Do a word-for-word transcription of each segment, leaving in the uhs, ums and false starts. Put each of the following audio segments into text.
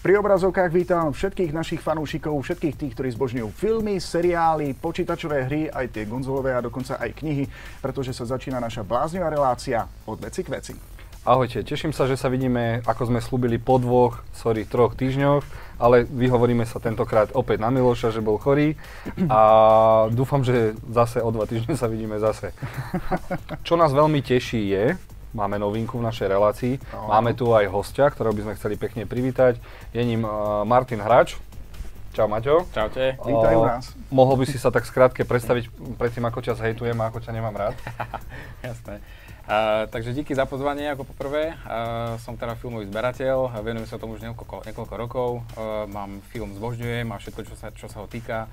Pri obrazovkách vítam všetkých našich fanúšikov, všetkých tých, ktorí zbožňujú filmy, seriály, počítačové hry, aj tie gonzolové a dokonca aj knihy, pretože sa začína naša bláznivá relácia od veci k veci. Ahojte, teším sa, že sa vidíme, ako sme slúbili po dvoch, sorry, troch týždňoch, ale vyhovoríme sa tentokrát opäť na Miloša, že bol chorý a dúfam, že zase o dva týždne sa vidíme zase. Čo nás veľmi teší je, máme novinku v našej relácii, oh. Máme tu aj hostia, ktorého by sme chceli pekne privítať, je ním uh, Martin Hrač. Čau Maťo. Čaute. Vítajú nás. Mohol by si sa tak skrátke predstaviť predtým, ako ťa zhejtujem a ako ťa nemám rád? Jasné. Uh, takže díky za pozvanie ako poprvé. Uh, som teda filmový zberateľ, venujem sa tomu už niekoľko, niekoľko rokov. Uh, mám film Zbožňujem a všetko, čo sa, čo sa ho týka.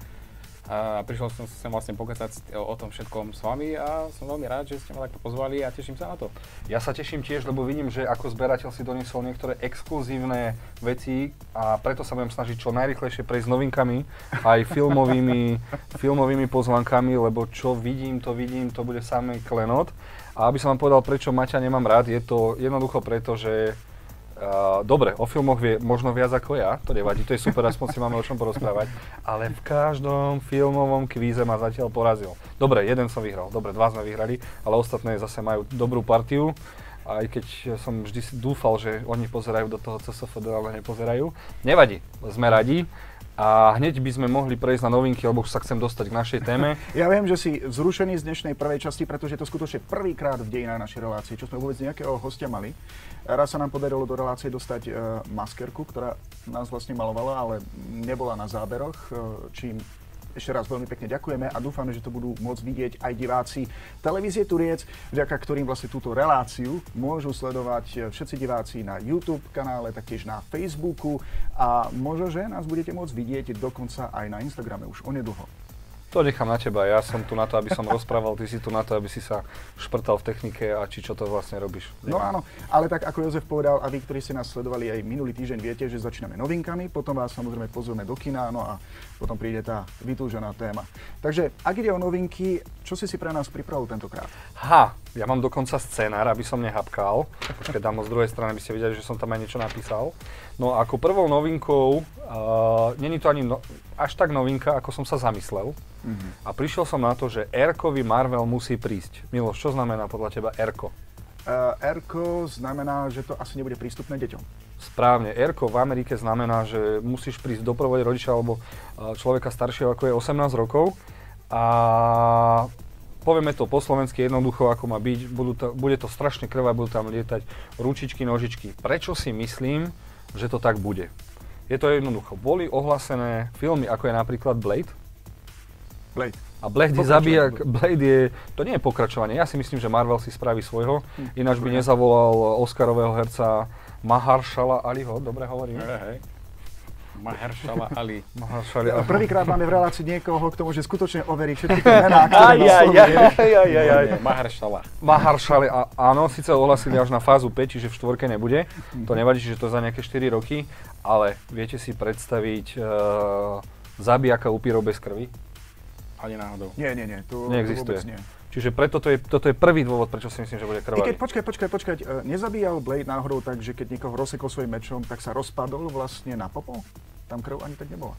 A uh, prišiel som sem vlastne pokecať o, o tom všetkom s vami a som veľmi rád, že ste ma takto pozvali a teším sa na to. Ja sa teším tiež, lebo vidím, že ako zberateľ si doniesol niektoré exkluzívne veci a preto sa budem snažiť čo najrýchlejšie prejsť novinkami, aj filmovými, filmovými pozvankami, lebo čo vidím, to vidím, to bude samý klenot. A aby som vám povedal, prečo Maťa nemám rád, je to jednoducho preto, že uh, dobre, o filmoch vie možno viac ako ja, to nevadí, to je super, aspoň si máme o čom porozprávať, ale v každom filmovom kvíze ma zatiaľ porazil. Dobre, jeden som vyhral, dobre, dva sme vyhrali, ale ostatné zase majú dobrú partiu, aj keď som vždy dúfal, že oni pozerajú do toho C S F D, ale nepozerajú. Nevadí, sme radi. A hneď by sme mohli prejsť na novinky, lebo už sa chcem dostať k našej téme. Ja viem, že si zrušený z dnešnej prvej časti, pretože je to skutočne prvýkrát v dejinách našej relácie, čo sme vôbec nejakého hostia mali. Raz sa nám podarilo do relácie dostať uh, maskerku, ktorá nás vlastne malovala, ale nebola na záberoch, uh, čím ešte raz veľmi pekne ďakujeme a dúfame, že to budú môcť vidieť aj diváci televízie Turiec, vďaka ktorým vlastne túto reláciu môžu sledovať všetci diváci na YouTube kanále, taktiež na Facebooku a možno, že nás budete môcť vidieť dokonca aj na Instagrame už onedlho. To nechám na teba, ja som tu na to, aby som rozprával, ty si tu na to, aby si sa šprtal v technike a či čo to vlastne robíš. No áno, ale tak ako Jozef povedal a vy, ktorí ste nás sledovali aj minulý týždeň, viete, že začíname novinkami, potom vás samozrejme pozveme do kina, no a potom príde tá vytúžená téma. Takže ak ide o novinky, čo si si pre nás pripravil tentokrát? Ha, ja mám dokonca scenár, aby som nehapkal. Počkaj, dám ho z druhej strany, aby ste videli, že som tam aj niečo napísal. No a ako prvou novinkou, uh, není to ani no, až tak novinka, ako som sa zamyslel. Mm-hmm. A prišiel som na to, že R-kový Marvel musí prísť. Miloš, čo znamená podľa teba R-ko? Uh, R-ko znamená, že to asi nebude prístupné deťom. Správne. R-ko v Amerike znamená, že musíš prísť v doprovode rodiča alebo uh, človeka staršieho ako je osemnásť rokov. A povieme to po slovensky jednoducho, ako má byť. Budú to, bude to strašne krvavé, budú tam lietať ručičky, nožičky. Prečo si myslím, že to tak bude? Je to jednoducho. Boli ohlásené filmy, ako je napríklad Blade. Blade. A Blade je zabijak, Blade je, to nie je pokračovanie, ja si myslím, že Marvel si spraví svojho, hm, ináč by nezavolal Oscarového herca Mahershala Aliho, dobre hovorím? Hej, hej. Mahershala Ali. Mahershala Ali. Prvýkrát máme v relácii niekoho, kto môže skutočne overiť všetky tie mená, ktoré naslovuje. Mahershala. Mahershala, áno, síce ohlasili až na fázu päť, čiže v štvorke nebude, to nevadí, že to za nejaké štyri roky, ale viete si predstaviť uh, zabijaka upírov bez krvi? Ani náhodou. Nie, nie, nie, to, neexistuje. To vôbec nie. Čiže preto to je, toto je prvý dôvod, prečo si myslím, že bude krvavý. I keď, počkaj, počkaj, počkaj, nezabíjal Blade náhodou tak, že keď niekoho rozsekol svojím mečom, tak sa rozpadol vlastne na popol? Tam krv ani tak nebola.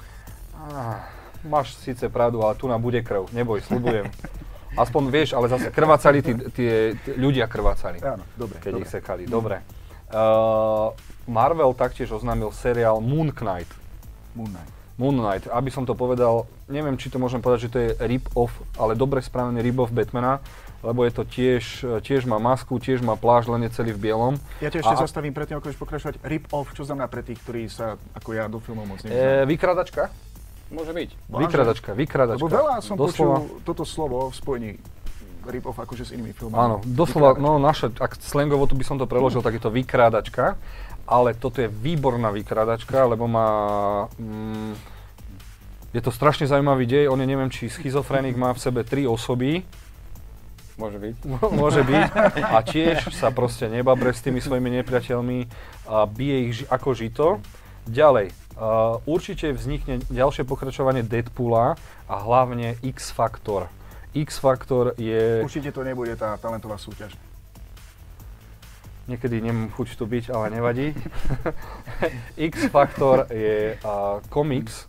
Ah, máš síce pravdu, ale tu nám bude krv, neboj, sľubujem. Aspoň vieš, ale zase krvácali, tí, tí, tí ľudia krvácali. Áno, dobre. Keď dobre. ich sekali, dobre. Uh, Marvel taktiež oznámil seriál Moon Knight. Moon Knight. Moon Knight, aby som to povedal, neviem, či to môžem povedať, že to je rip-off, ale dobre spravený rip-off Batmana, lebo je to tiež, tiež má masku, tiež má plášť, len je celý v bielom. Ja ťa ešte a, zastavím predtým, ako budeš pokračovať. Rip-off, čo znamená pre tých, ktorí sa, ako ja, do filmov moc e, nevyznajú? Vykradačka? Môže byť. Vykradačka, vykradačka. Lebo veľa som doslova počul toto slovo v spojení rip-off akože s inými filmami. Áno, doslova, no naše, ak slangovo to by som to preložil, tak je to vykrádačka, ale toto je výborná vykrádačka, lebo má... Mm, je to strašne zaujímavý dej, on je, neviem, či schizofrenik má v sebe tri osoby. Môže byť. Môže byť. A tiež sa proste nebabre s tými svojimi nepriateľmi a bije ich ži- ako žito. Ďalej, uh, určite vznikne ďalšie pokračovanie Deadpoola a hlavne X-Factor. X-Factor je... Určite to nebude tá talentová súťaž. niekedy nemám chuť tu byť, ale nevadí. X-Factor je uh, komiks,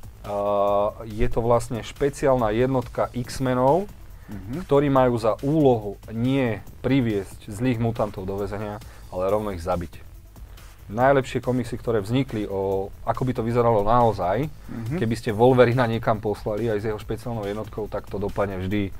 uh, je to vlastne špeciálna jednotka X-menov, mm-hmm. ktorí majú za úlohu nie priviesť zlých mutantov do väzenia, ale rovno ich zabiť. Najlepšie komiksy, ktoré vznikli o, ako by to vyzeralo naozaj, mm-hmm. keby ste Wolverina niekam poslali aj s jeho špeciálnou jednotkou, tak to dopadne vždy.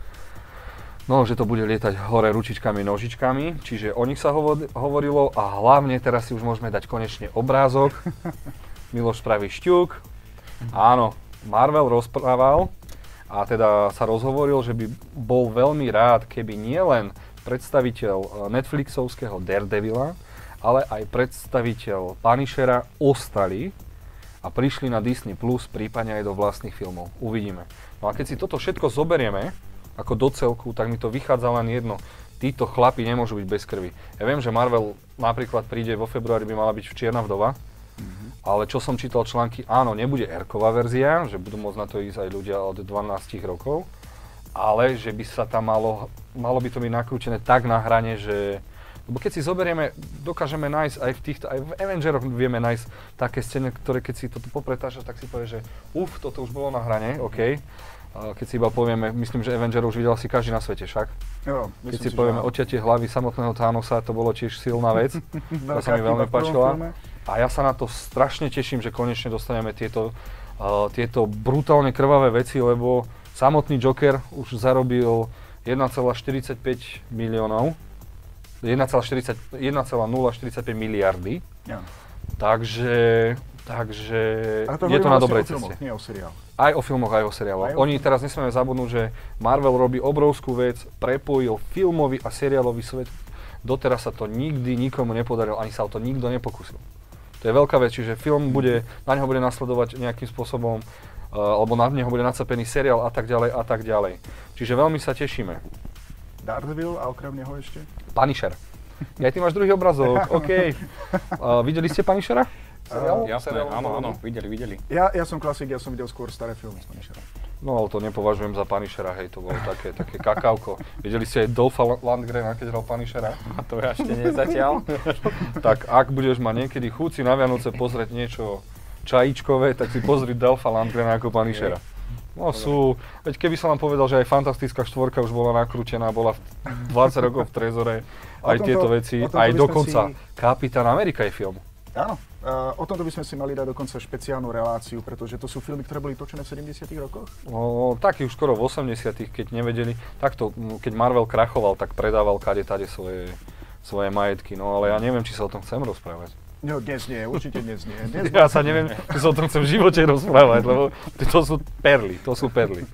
No, že to bude lietať hore ručičkami, nožičkami, čiže o nich sa hovor- hovorilo a hlavne teraz si už môžeme dať konečne obrázok. Miloš spraví šťuk. Áno, Marvel rozprával a teda sa rozhovoril, že by bol veľmi rád, keby nielen predstaviteľ Netflixovského Daredevila, ale aj predstaviteľ Punishera ostali a prišli na Disney Plus, prípadne aj do vlastných filmov. Uvidíme. No a keď si toto všetko zoberieme, ako do celku, tak mi to vychádza len jedno. Títo chlapi nemôžu byť bez krvi. Ja viem, že Marvel napríklad príde vo februári, by mala byť Čierna vdova, mm-hmm. ale čo som čítal články, áno, nebude R-ková verzia, že budú môcť na to ísť aj ľudia od dvanásť rokov, ale že by sa tam malo, malo by to byť nakrútené tak na hrane, že lebo keď si zoberieme, dokážeme nájsť aj v týchto, aj v Avengeroch vieme nájsť také scény, ktoré keď si toto popretážaš, tak si povieš, že uf, toto už bolo na hrane, OK. Keď si iba povieme, myslím, že Avengerov už videl si každý na svete, však? Jo, keď si, si povieme odťatie hlavy samotného Thanosa, to bolo tiež silná vec. To sa mi veľmi páčila. A ja sa na to strašne teším, že konečne dostaneme tieto, uh, tieto brutálne krvavé veci, lebo samotný Joker už zarobil jeden celá štyridsaťpäť miliónov. jeden celá nula štyridsaťpäť miliardy. Ja. Takže, takže to je to na dobrej ceste. Filmoch, nie o seriáloch. Aj o filmoch, aj o seriáloch. Aj o Oni filmoch. Teraz nesmieme zabudnúť, že Marvel robí obrovskú vec, prepojil filmový a seriálový svet. Doteraz sa to nikdy nikomu nepodarilo, ani sa o to nikto nepokúsil. To je veľká vec, čiže film bude, na neho bude nasledovať nejakým spôsobom, uh, alebo na neho bude nacapený seriál a tak ďalej a tak ďalej. Čiže veľmi sa tešíme. Daredevil a okrem neho ešte? Punisher. Ja, ty máš druhý obrazok, OK. Uh, videli ste Punishera? Uh, Jasné, áno, áno, videli, videli. Ja, ja som klasik, ja som videl skôr staré filmy s Punisherom. No, ale to nepovažujem za Punishera, hej, to bolo také, také kakávko. Videli ste aj Dolpha Lundgrena, keď hral Punishera? A to ja ešte nie zatiaľ. Tak ak budeš mať niekedy chuť si na Vianoce pozrieť niečo čajíčkové, tak si pozri Dolpha Lundgrena ako Punishera. No sú, veď keby som vám povedal, že aj Fantastická štvorka už bola nakrútená, bola dvadsať rokov v Trezore, aj tomto, tieto veci, aj dokonca si... Kapitán Amerika je film. Áno, uh, o tomto by sme si mali dať dokonca špeciálnu reláciu, pretože to sú filmy, ktoré boli točené v sedemdesiatych rokoch? No, taký už skoro v osemdesiatych, keď nevedeli. Takto, keď Marvel krachoval, tak predával kade tade svoje, svoje majetky, no ale ja neviem, či sa o tom chcem rozprávať. No dnes nie, určite dnes nie. Dnes ja sa neviem, či sa o tom chcem v živote rozprávať, lebo to sú perly, to sú perly.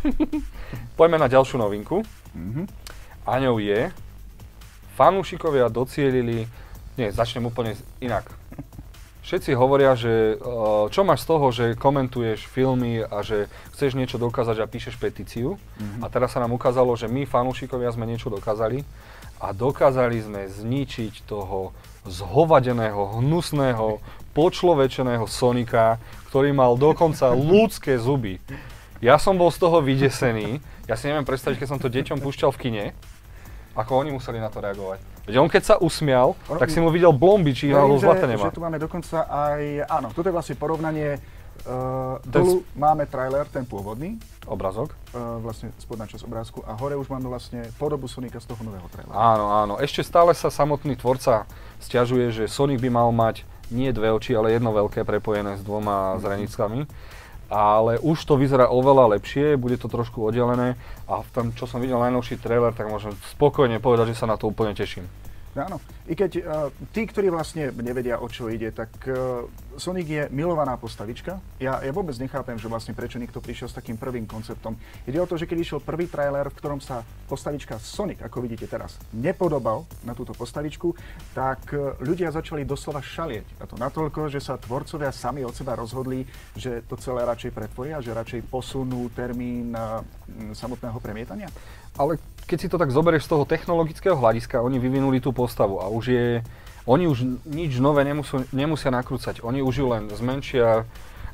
Poďme na ďalšiu novinku. Mm-hmm. A ňou je, fanúšikovia docielili, nie, začnem úplne inak. Všetci hovoria, že čo máš z toho, že komentuješ filmy a že chceš niečo dokázať a píšeš petíciu. Mm-hmm. A teraz sa nám ukázalo, že my, fanúšikovia, sme niečo dokázali. A dokázali sme zničiť toho zhovadeného, hnusného, počlovečeného Sonika, ktorý mal dokonca ľudské zuby. Ja som bol z toho vydesený. Ja si neviem predstaviť, keď som to deťom púšťal v kine, ako oni museli na to reagovať. Veď on keď sa usmial, ono, tak si mu videl blomby, či jeho zlata nemá. Že tu máme dokonca aj, áno, toto je vlastne porovnanie, uh, dolu ten... máme trailer, ten pôvodný. Obrazok. Uh, vlastne spodná časť obrázku a hore už máme vlastne podobu Sonika z toho nového traileru. Áno, áno. Ešte stále sa samotný tvorca sťažuje, že Sonic by mal mať nie dve oči, ale jedno veľké prepojené s dvoma zrenickami. Ale už to vyzerá oveľa lepšie, bude to trošku oddelené a v tom, čo som videl najnovší trailer, tak môžem spokojne povedať, že sa na to úplne teším. Áno, i keď uh, tí, ktorí vlastne nevedia, o čo ide, tak uh, Sonic je milovaná postavička. Ja, ja vôbec nechápem, že vlastne prečo niekto prišiel s takým prvým konceptom. Ide o to, že keď išiel prvý trailer, v ktorom sa postavička Sonic, ako vidíte teraz, nepodobal na túto postavičku, tak uh, ľudia začali doslova šalieť. A to natoľko, že sa tvorcovia sami od seba rozhodli, že to celé radšej pretvoria, že radšej posunú termín uh, samotného premietania. Ale keď si to tak zoberieš z toho technologického hľadiska, oni vyvinuli tú postavu a už je, oni už nič nové nemusú, nemusia nakrúcať, oni už ju len zmenšia,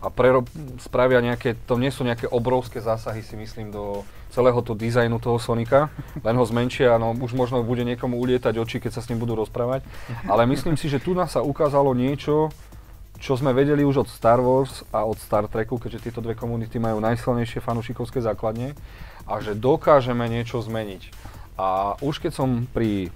a prero- spravia nejaké, to nie sú nejaké obrovské zásahy, si myslím, do celého toho dizajnu toho Sonika, len ho zmenšia, no už možno bude niekomu ulietať oči, keď sa s ním budú rozprávať, ale myslím si, že tu nás sa ukázalo niečo, čo sme vedeli už od Star Wars a od Star Treku, keďže tieto dve komunity majú najsilnejšie fanúšikovské základne, a že dokážeme niečo zmeniť. A už keď som pri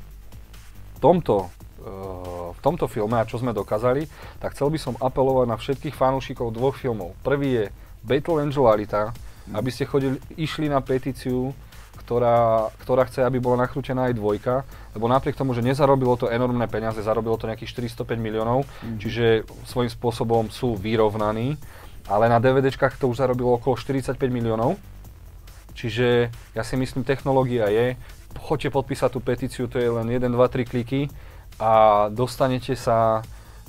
tomto, uh, v tomto filme a čo sme dokázali, tak chcel by som apelovať na všetkých fanúšikov dvoch filmov. Prvý je Battle Angel Alita, aby ste chodili, išli na petíciu, ktorá, ktorá chce, aby bola nakrútená aj dvojka, lebo napriek tomu, že nezarobilo to enormné peniaze, zarobilo to nejakých štyristopäť miliónov, mm. čiže svojím spôsobom sú vyrovnaní, ale na DVDčkách to už zarobilo okolo štyridsaťpäť miliónov, čiže ja si myslím, technológia je, choďte podpísať tú petíciu, to je len jeden, dva, tri kliky a dostanete sa,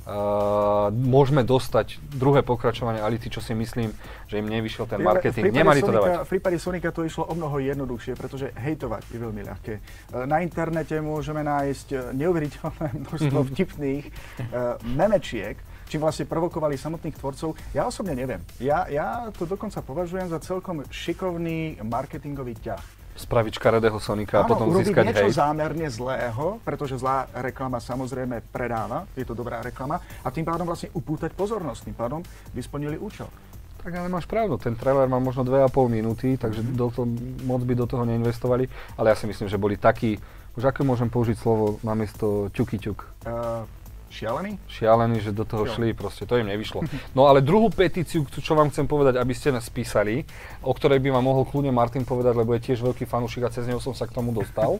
uh, môžeme dostať druhé pokračovanie Ality, čo si myslím, že im nevyšiel ten marketing, nemali to dávať. V prípade Sonika to išlo o mnoho jednoduchšie, pretože hejtovať je veľmi ľahké. Na internete môžeme nájsť neuveriteľné množstvo vtipných uh, memečiek, čím vlastne provokovali samotných tvorcov. Ja osobne neviem. Ja, ja to dokonca považujem za celkom šikovný marketingový ťah. Spraviť škaredého Sonika a potom získať hejt. Áno, urobiť niečo zámerne zlého, pretože zlá reklama samozrejme predáva, je to dobrá reklama, a tým pádom vlastne upútať pozornosť, tým pádom by splnili účel. Tak ale máš pravdu, ten trailer má možno dve a pol minúty, takže mm-hmm. do toho, moc by do toho neinvestovali, ale ja si myslím, že boli takí, už aké môžem použiť slovo namiesto ťuky-ťuk? Uh, Šialený? Šialený, že do toho šli, proste to im nevyšlo. No ale druhú petíciu, čo vám chcem povedať, aby ste nás spísali, o ktorej by vám mohol kľudne Martin povedať, lebo je tiež veľký fanúšik a cez neho som sa k tomu dostal.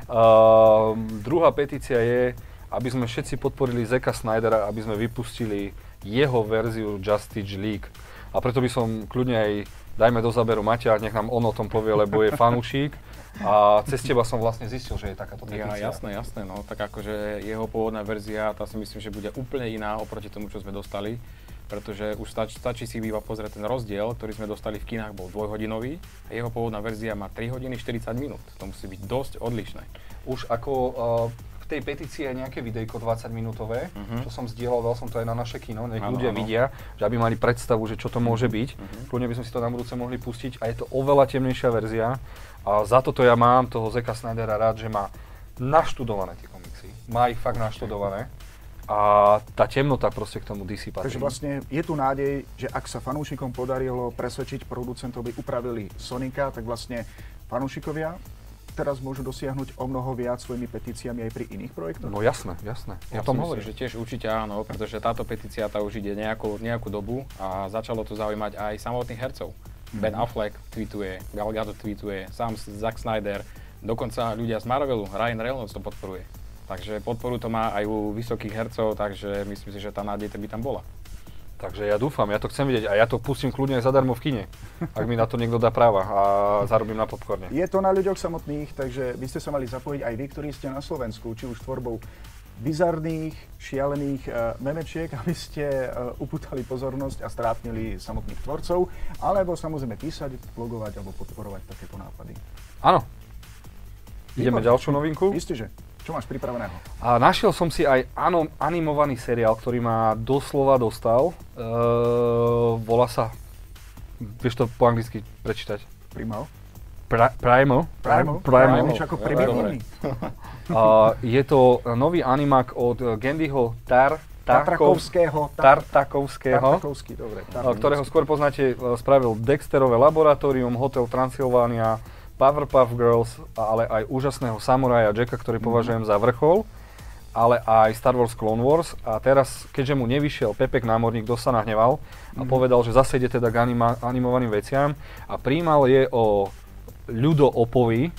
uh, druhá petícia je, aby sme všetci podporili Zacka Snydera, aby sme vypustili jeho verziu Justice League. A preto by som kľudne aj, dajme do záberu Maťa, nech nám on o tom povie, lebo je fanúšik. A cez teba som vlastne zistil, že je takáto petícia. Ja, jasné, jasné, no tak akože jeho pôvodná verzia, tá si myslím, že bude úplne iná oproti tomu, čo sme dostali, pretože už stač, stačí si iba pozrieť ten rozdiel, ktorý sme dostali v kinách, bol dvojhodinový a jeho pôvodná verzia má tri hodiny štyridsať minút. To musí byť dosť odlišné. Už ako uh, v tej petícii je nejaké videjko dvadsaťminútové, uh-huh. čo som zdieľal, dal som to aj na naše kino, nech ano, ľudia ano. vidia, že aby mali predstavu, že čo to môže byť. Uh-huh. Kľudne by sme si to na budúce mohli pustiť a je to oveľa temnejšia verzia. A za toto ja mám toho Zacka Snydera rád, že má naštudované tie komiksy. Má ich fakt naštudované. A tá temnota proste k tomu dé cé patrí. Takže vlastne je tu nádej, že ak sa fanúšikom podarilo presvedčiť producentov, aby upravili Sonika, tak vlastne fanúšikovia teraz môžu dosiahnuť o mnoho viac svojimi petíciami aj pri iných projektoch? No jasné, jasné. Ja, ja tom hovorím. Že tiež určite áno, pretože táto petícia tá už ide nejakú, nejakú dobu a začalo to zaujímať aj samotných hercov. Ben Affleck tweetuje, Gal Gadot tweetuje, sám Zack Snyder, dokonca ľudia z Marvelu, Ryan Reynolds to podporuje. Takže podporu to má aj u vysokých hercov, takže myslím si, že tá nádej by tam bola. Takže ja dúfam, ja to chcem vidieť a ja to pustím kľudne aj zadarmo v kine, ak mi na to niekto dá práva a zarobím na popcorne. Je to na ľuďoch samotných, takže by ste sa mali zapojiť aj vy, ktorí ste na Slovensku, či už tvorbou bizarných, šialených uh, memečiek, aby ste uh, upútali pozornosť a strápnili samotných tvorcov, alebo samozrejme písať, blogovať alebo podporovať takéto nápady. Áno. Ideme ďalšiu novinku? Istéže. Čo máš pripraveného? A našiel som si aj ano, animovaný seriál, ktorý ma doslova dostal. Uh, volá sa, vieš to po anglicky prečítať? Primal? Pra, Primal. Primal? Primal. Niečo ako primitívny. Uh, je to nový animák od Gendyho Tar, Tartakovského. Tartakovského, Tartakovský, dobre. ktorého skôr poznáte, spravil Dexterové laboratórium, Hotel Transylvania, Powerpuff Girls, ale aj úžasného samuraja Jacka, ktorý mm. považujem za vrchol, ale aj Star Wars Clone Wars. A teraz, keďže mu nevyšiel Pepek námorník, dosť sa nahneval a mm. povedal, že zase ide teda k anima- animovaným veciam. A Primal je o Ľudo Opovi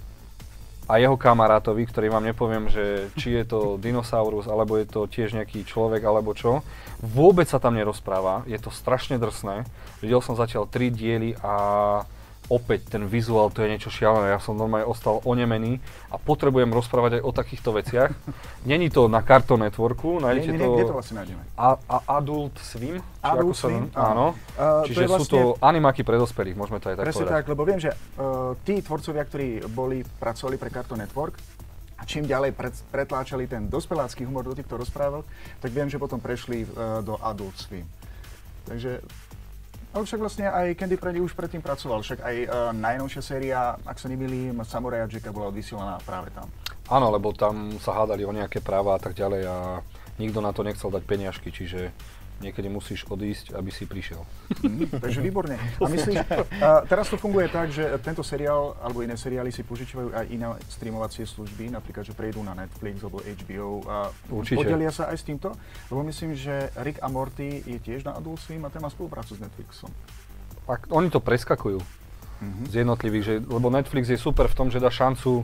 a jeho kamarátovi, ktorý vám nepoviem, že či je to dinosaurus, alebo je to tiež nejaký človek, alebo čo. Vôbec sa tam nerozpráva, je to strašne drsné. Videl som zatiaľ tri diely a opäť ten vizuál, to je niečo šialené. Ja som normálne ostal onemený a potrebujem rozprávať aj o takýchto veciach. Není to na Cartoon Networku, nájdete to... Kde to vlastne nájdeme? A, a Adult Swim? Adult Swim, áno. Uh, Čiže to vlastne, sú to animáky pre dospelých, môžeme to aj tak presne povedať. Tak, lebo viem, že uh, tí tvorcovia, ktorí boli, pracovali pre Cartoon Network, a čím ďalej pred, pretláčali ten dospelácky humor do týchto rozprávok, tak viem, že potom prešli uh, do Adult Swim. Takže, ale však vlastne aj Candy Freddy už predtým pracoval, však aj uh, najnovšia séria, ak sa nemýlim, Samuraja Jacka bola odvysielaná práve tam. Áno, lebo tam sa hádali o nejaké práva a tak ďalej a nikto na to nechcel dať peniažky, čiže niekedy musíš odísť, aby si prišiel. Mm, takže výborne. A myslíš, a teraz to funguje tak, že tento seriál alebo iné seriály si požičiavajú aj iné streamovacie služby, napríklad, že prejdú na Netflix alebo há bé ó a Určite. Podelia sa aj s týmto? Lebo myslím, že Rick a Morty je tiež na Adult Swim a ten má spoluprácu s Netflixom. A oni to preskakujú mm-hmm. z jednotlivých, že, lebo Netflix je super v tom, že dá šancu uh,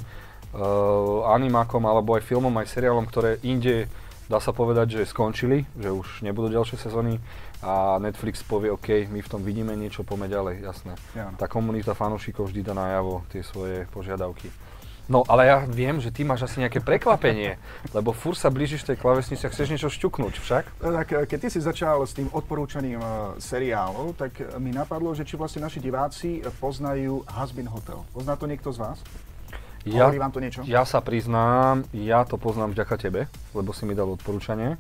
animákom alebo aj filmom, aj seriálom, ktoré inde dá sa povedať, že skončili, že už nebudú ďalšie sezóny a Netflix povie, OK, my v tom vidíme niečo, poďme ďalej, jasné. Ja. Tá komunita fanúšikov vždy dá najavo tie svoje požiadavky. No, ale ja viem, že ty máš asi nejaké prekvapenie, lebo furt sa blížiš tej klávesnici a chceš niečo šťuknúť, však? Tak, keď ty si začal s tým odporúčaním uh, seriálov, tak mi napadlo, že či vlastne naši diváci poznajú Hazbin Hotel. Pozná to niekto z vás? Ja, Hovorí vám to niečo? Ja sa priznám, ja to poznám vďaka tebe, lebo si mi dal odporúčanie.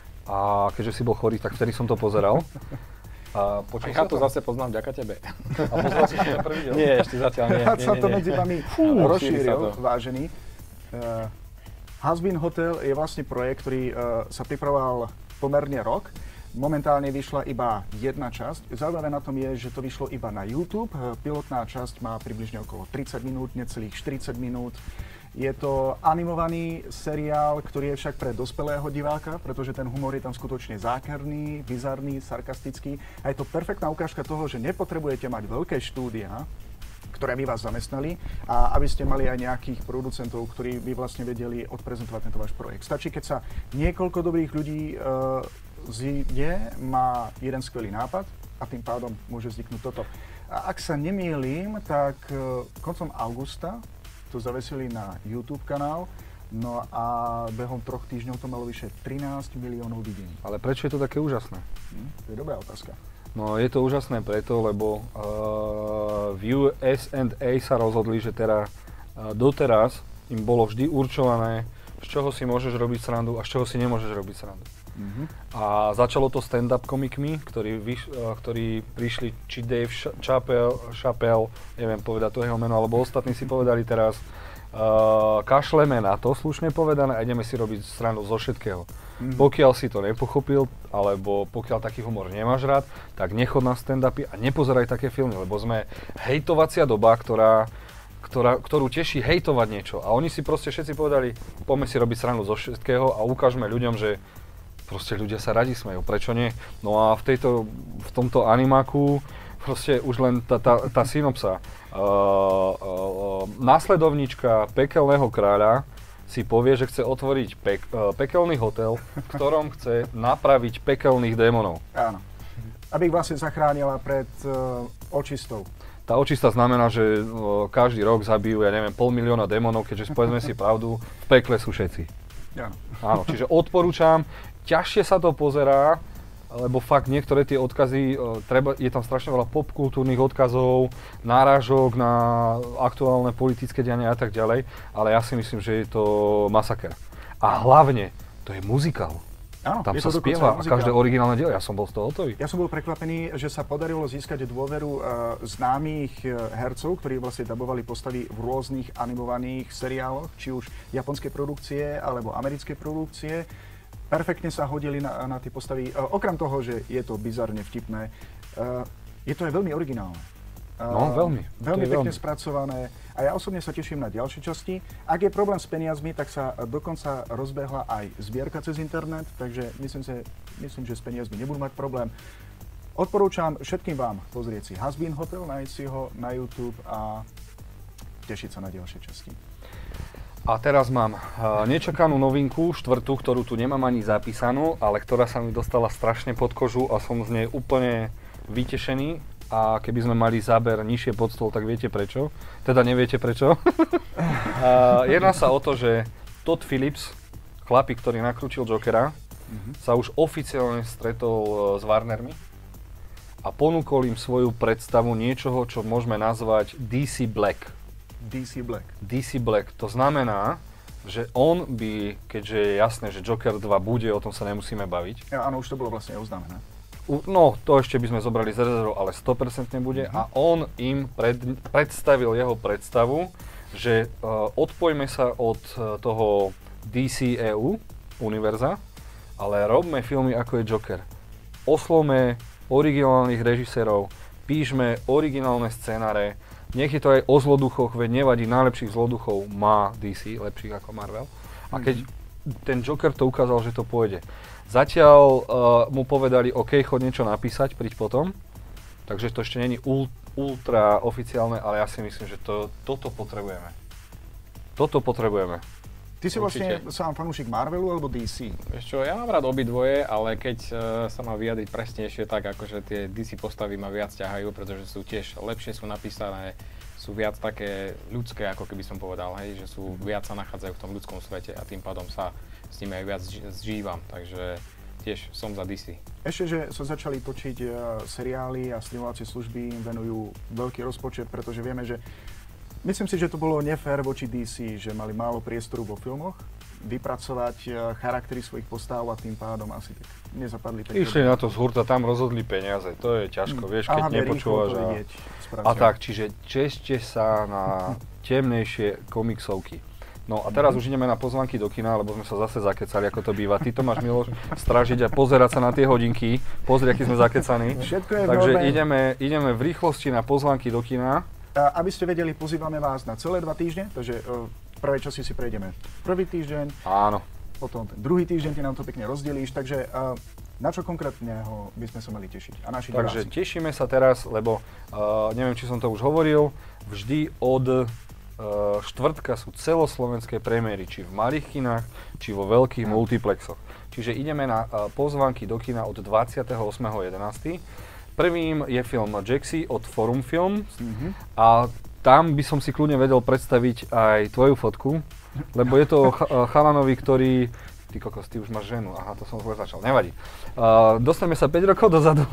A keďže si bol chorý, tak vtedy som to pozeral. A, a ja to zase poznám vďaka tebe. A pozval si ten prvý diel? Nie, ešte zatiaľ nie. Ja nie, sa nie, to nie. medzi vami Fú, rozšíril, vážený. Uh, Hazbin Hotel je vlastne projekt, ktorý uh, sa pripravoval pomerne rok. Momentálne vyšla iba jedna časť. Zaujímavé na tom je, že to vyšlo iba na YouTube. Pilotná časť má približne okolo tridsať minút, necelých štyridsať minút. Je to animovaný seriál, ktorý je však pre dospelého diváka, pretože ten humor je tam skutočne zákerný, bizarný, sarkastický. A je to perfektná ukážka toho, že nepotrebujete mať veľké štúdia, ktoré by vás zamestnali a aby ste mali aj nejakých producentov, ktorí by vlastne vedeli odprezentovať tento váš projekt. Stačí, keď sa niekoľko dobrých ľudí uh, zíde, má jeden skvelý nápad a tým pádom môže vzniknúť toto. A ak sa nemýlim, tak uh, koncom augusta to zavesili na YouTube kanál, no a behom troch týždňov to malo vyše trinásť miliónov videní. Ale prečo je to také úžasné? Hm, to je dobrá otázka. No je to úžasné preto, lebo uh, v U S A sa rozhodli, že teda uh, doteraz im bolo vždy určované, z čoho si môžeš robiť srandu a z čoho si nemôžeš robiť srandu. Mm-hmm. A začalo to stand-up komikmi, ktorí, vyš, uh, ktorí prišli, či Dave Chappelle, Chappelle, neviem povedať to jeho meno, alebo ostatní si povedali teraz, uh, kašleme na to, slušne povedané, a ideme si robiť srandu zo všetkého. Mm-hmm. Pokiaľ si to nepochopil, alebo pokiaľ taký humor nemáš rád, tak nechod na stand-upy a nepozeraj také filmy, lebo sme hejtovacia doba, ktorá, ktorá, ktorú teší hejtovať niečo. A oni si proste všetci povedali, poďme si robiť srandu zo všetkého a ukážeme ľuďom, že proste ľudia sa radi smejú, prečo nie? No a v, tejto, v tomto animáku proste už len tá, tá, tá synopsa. Uh, uh, následovníčka pekelného kráľa si povie, že chce otvoriť pek, uh, pekelný hotel, v ktorom chce napraviť pekelných démonov. Áno. Aby ich vlastne zachránila pred uh, očistou. Tá očista znamená, že uh, každý rok zabijú, ja neviem, pol milióna démonov, keďže povedzme si pravdu, v pekle sú všetci. Áno. Áno, čiže odporúčam, ťažšie sa to pozerá, lebo fakt niektoré tie odkazy, treba, je tam strašne veľa popkultúrnych odkazov, náražok na aktuálne politické diania a tak ďalej, ale ja si myslím, že je to masaker. A hlavne, to je muzikál. Áno, tam sa spieva a každé originálne dielo, ja som bol z toho hotový. Ja som bol prekvapený, že sa podarilo získať dôveru uh, známych uh, hercov, ktorí vlastne dabovali postavy v rôznych animovaných seriáloch, či už japonskej produkcie alebo americkej produkcie. Perfektne sa hodili na, na tie postavy. Uh, okrem toho, že je to bizarne vtipné, uh, je to aj veľmi originálne. Uh, no, veľmi. Veľmi pekne veľmi. spracované. A ja osobne sa teším na ďalšie časti. Ak je problém s peniazmi, tak sa dokonca rozbehla aj zbierka cez internet, takže myslím, si, myslím že s peniazmi nebudú mať problém. Odporúčam všetkým vám pozrieť si Hazbin Hotel, nájsť si ho na YouTube a tešiť sa na ďalšie časti. A teraz mám uh, nečakanú novinku, štvrtú, ktorú tu nemám ani zapísanú, ale ktorá sa mi dostala strašne pod kožu a som z nej úplne vytešený. A keby sme mali záber nižšie pod stôl, tak viete prečo. Teda neviete prečo. uh, jedná sa o to, že Todd Phillips, chlapík, ktorý nakrútil Jokera, mm-hmm. sa už oficiálne stretol uh, s Warnermi a ponúkol im svoju predstavu niečoho, čo môžeme nazvať D C Black. D C Black. D C Black. To znamená, že on by, keďže je jasné, že Joker dva bude, o tom sa nemusíme baviť. Ja, áno, už to bolo vlastne oznámené. No, to ešte by sme zobrali z rezervou, ale sto percent bude. A on im pred, predstavil jeho predstavu, že uh, odpojme sa od uh, toho dé cé é ú univerza, ale robme filmy ako je Joker. Oslovme originálnych režisérov, píšme originálne scenáre, nech je to aj o zloduchoch, veď nevadí, najlepších zloduchov má dé cé, lepších ako Marvel. A keď ten Joker to ukázal, že to pôjde. Zatiaľ uh, mu povedali, OK, chod niečo napísať, príď potom. Takže to ešte není ul- ultra oficiálne, ale ja si myslím, že to, toto potrebujeme. Toto potrebujeme. Ty si Určite. vlastne sám fanúšik Marvelu alebo dé cé? Vieš čo, ja mám rád obidvoje, ale keď uh, sa má vyjadriť presnejšie, tak akože tie dé cé postavy ma viac ťahajú, pretože sú tiež lepšie sú napísané, sú viac také ľudské, ako keby som povedal, hej, že sú viac sa nachádzajú v tom ľudskom svete a tým pádom sa s nimi aj viac zžívam, takže tiež som za dé cé. Ešte, že sa začali točiť uh, seriály a streamovacie služby im venujú veľký rozpočet, pretože vieme, že myslím si, že to bolo nefér voči dé cé, že mali málo priestoru vo filmoch, vypracovať uh, charaktery svojich postav a tým pádom asi tak nezapadli. Tak Išli na to z hurta, tam rozhodli peniaze, to je ťažko, vieš, keď nepočúvaš. A, a tak, čiže češte sa na temnejšie komiksovky. No a teraz už ideme na pozvánky do kina, lebo sme sa zase zakecali, ako to býva. Ty to máš, Miloš, strážiť a pozerať sa na tie hodinky. Pozri, aký sme zakecaní. Všetko je Takže veľmi... ideme, ideme v rýchlosti na pozvánky do kina. A aby ste vedeli, pozývame vás na celé dva týždne, takže uh, v prvej časti si prejdeme prvý týždeň. Áno. Potom ten druhý týždeň, ty nám to pekne rozdelíš, takže uh, na čo konkrétneho by sme sa mali tešiť? A naši Takže diváci? tešíme sa teraz, lebo uh, neviem, či som to už hovoril, vždy od Uh, štvrtka sú celoslovenské premiéry, či v malých kinách, či vo veľkých multiplexoch. Čiže ideme na uh, pozvánky do kina od dvadsiateho ôsmeho jedenásteho Prvým je film Jaxi od Forum Film mm-hmm. a tam by som si kľudne vedel predstaviť aj tvoju fotku, lebo je to ch- chalanovi, ktorý... Ty kokos, ty už máš ženu, aha, to som zle začal, nevadí. Uh, dostaneme sa päť rokov dozadu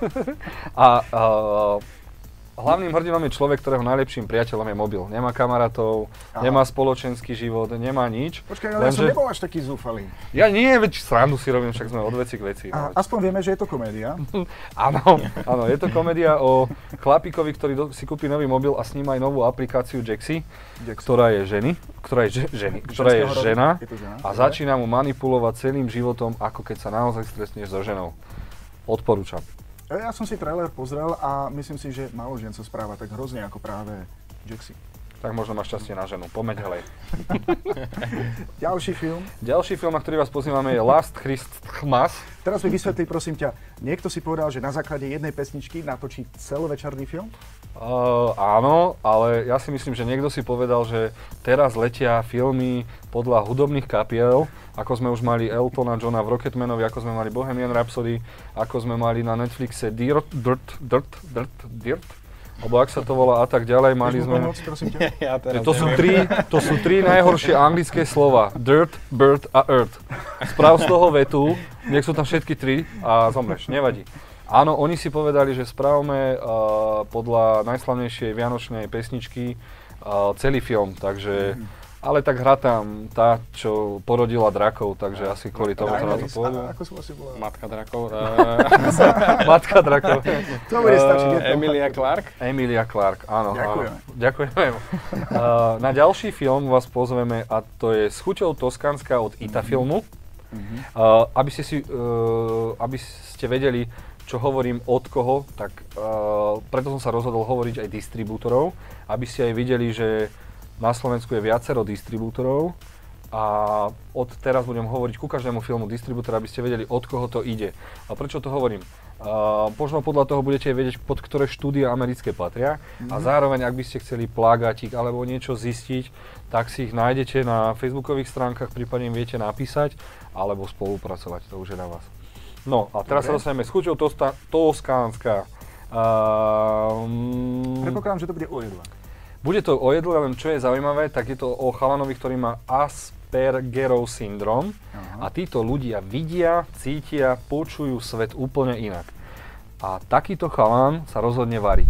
a uh, hlavným hrdinom je človek, ktorého najlepším priateľom je mobil. Nemá kamarátov, aha. nemá spoločenský život, nemá nič. Počkaj, ale lenže... ja som nebol až taký zúfalý. Ja nie, veď srandu si robím, však sme od veci k veci. A, aspoň vieme, že je to komédia. Áno, áno, je to komédia o chlapíkovi, ktorý do, si kúpi nový mobil a sníma aj novú aplikáciu Jaxi, ktorá je ženy, ktorá je, že, ženy, ktorá je žena, je žena a začína mu manipulovať celým životom, ako keď sa naozaj stretneš so ženou. Odporúčam. Ja som si trailer pozrel a myslím si, že málo žien sa správa tak hrozne ako práve Jaxi. Tak možno máš šťastie na ženu. Pomeď ďalej. Ďalší film. Ďalší film, na ktorý vás pozývame, je Last Christmas. Teraz mi vysvetlí, prosím ťa, niekto si povedal, že na základe jednej pesničky natočí celovečerný film? Uh, áno, ale ja si myslím, že niekto si povedal, že teraz letia filmy podľa hudobných kapiel, ako sme už mali Eltona Johna v Rocketmanovi, ako sme mali Bohemian Rhapsody, ako sme mali na Netflixe Dirt, Dirt, Dirt, Dirt, Dirt, alebo ak sa to volá a tak ďalej, mali sme... Pomôcť, prosím ťa? Ja to, sú tri, to sú tri najhoršie anglické slova. Dirt, Bird a Earth. Sprav z toho vetu, nech sú tam všetky tri a zomreš, nevadí. Áno, oni si povedali, že spravme uh, podľa najslavnejšej vianočnej pesničky uh, celý film, takže... Mm. Ale tak hrá tam tá, čo porodila drakov, takže asi kvôli tomu to na to pôjdu. Ako sa asi volá? Matka drakov. Matka drakov. To bude stačiť. Uh, Emilia Clarke. Emilia Clarke, áno. Ďakujeme. Áno. Ďakujeme. Uh, na ďalší film vás pozveme a to je S chuťou Toskánska od Ita Filmu. Mm-hmm. Uh, aby ste si, uh, aby ste vedeli, čo hovorím od koho, tak uh, preto som sa rozhodol hovoriť aj distribútorov, aby ste aj videli, že na Slovensku je viacero distribútorov a od teraz budem hovoriť ku každému filmu distribútora, aby ste vedeli, od koho to ide. A prečo to hovorím? Uh, možno podľa toho budete vedieť, pod ktoré štúdia americké patria mm-hmm. a zároveň, ak by ste chceli plagátik alebo niečo zistiť, tak si ich nájdete na facebookových stránkach, prípadne im viete napísať alebo spolupracovať, to už je na vás. No a teraz okay. sa dostaneme S chuťou Toskánska. Uh, Predpokladám, že to bude o jedle. Bude to o jedle, len čo je zaujímavé, tak je to o chalanovi, ktorý má Aspergerov syndrom. Aha. A títo ľudia vidia, cítia, počujú svet úplne inak. A takýto chalan sa rozhodne variť.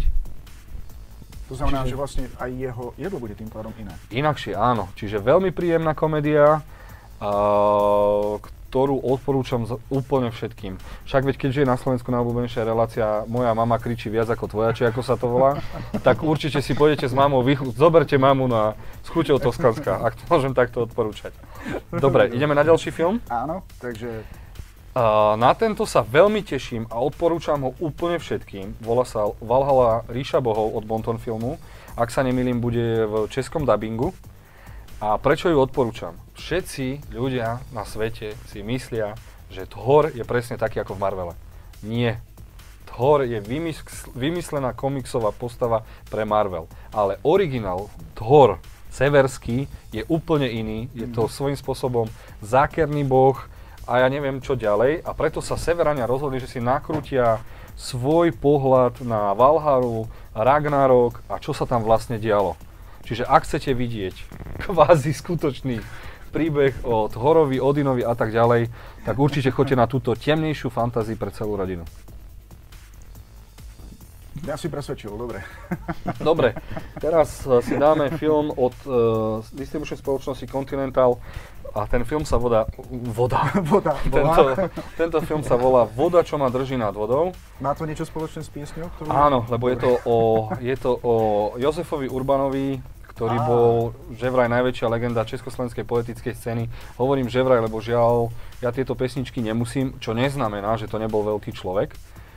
To znamená, Čiže... že vlastne aj jeho jedlo bude tým pádom iné. Inakšie, áno. Čiže veľmi príjemná komédia, uh, ktorú odporúčam z, úplne všetkým. Však veď keďže je na Slovensku najobľúbenejšia relácia Moja mama kričí viac ako tvoja, či ako sa to volá, tak určite si pôjdete s mamou, vy, zoberte mamu na s chuťou Toskanska, ak to môžem takto odporúčať. Dobre, ideme na ďalší film? Áno, takže... Uh, na tento sa veľmi teším a odporúčam ho úplne všetkým. Volá sa Valhalla ríša bohov od Bonton filmu. Ak sa nemýlim, bude v českom dabingu. A prečo ju odporúčam? Všetci ľudia na svete si myslia, že Thor je presne taký ako v Marvele. Nie. Thor je vymysl- vymyslená komiksová postava pre Marvel. Ale originál Thor severský je úplne iný. Je to svojím spôsobom zákerný boh a ja neviem čo ďalej. A preto sa Severania rozhodli, že si nakrútia svoj pohľad na Valharu, Ragnarok a čo sa tam vlastne dialo. Čiže ak chcete vidieť kvázi skutočný príbeh o Thorovi, Odinovi a tak ďalej, tak určite choďte na túto temnejšiu fantáziu pre celú rodinu. Ja si presvedčil, dobre. Dobre, teraz si dáme film od uh, distribučnej spoločnosti Continental a ten film sa volá Voda. Voda. Tento, tento film sa volá Voda, čo ma drží nad vodou. Má to niečo spoločné s piesňou? Ktorú... Áno, lebo je to o, je to o Jozefovi Urbanovi, ktorý Á. bol že vraj najväčšia legenda československej poetickej scény. Hovorím že vraj, lebo žiaľ, ja tieto pesničky nemusím, čo neznamená, že to nebol veľký človek.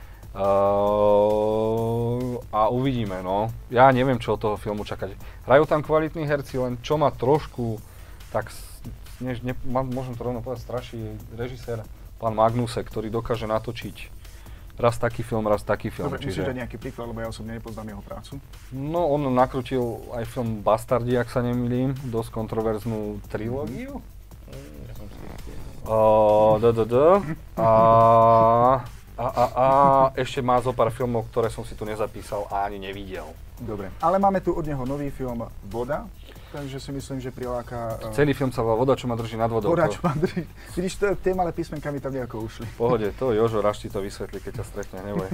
Uh, a uvidíme, no. Ja neviem, čo od toho filmu čakať. Hrajú tam kvalitní herci, len čo ma trošku, tak, ne, ne, môžem to rovno povedať, straší režisér, pán Magnuse, ktorý dokáže natočiť raz taký film, raz taký film. Dobre, čiže... myslím, že nejaký príklad, lebo ja osobne nepoznám jeho prácu. No, on nakrutil aj film Bastardi, ak sa nemýlim, dosť kontroverznú trilógiu. Uh, d, d, d. A, a, a, a ešte má zo pár filmov, ktoré som si tu nezapísal a ani nevidel. Dobre, ale máme tu od neho nový film Voda, takže si myslím, že priláka... Uh... Celý film sa volá Voda, čo ma drží nad vodou. Voda, čo ma drží. Vidíš, to, tie malé písmenkami tam nejako ušli. V pohode, to Jožo Raš ti to vysvetlí, keď ťa stretne, neboj.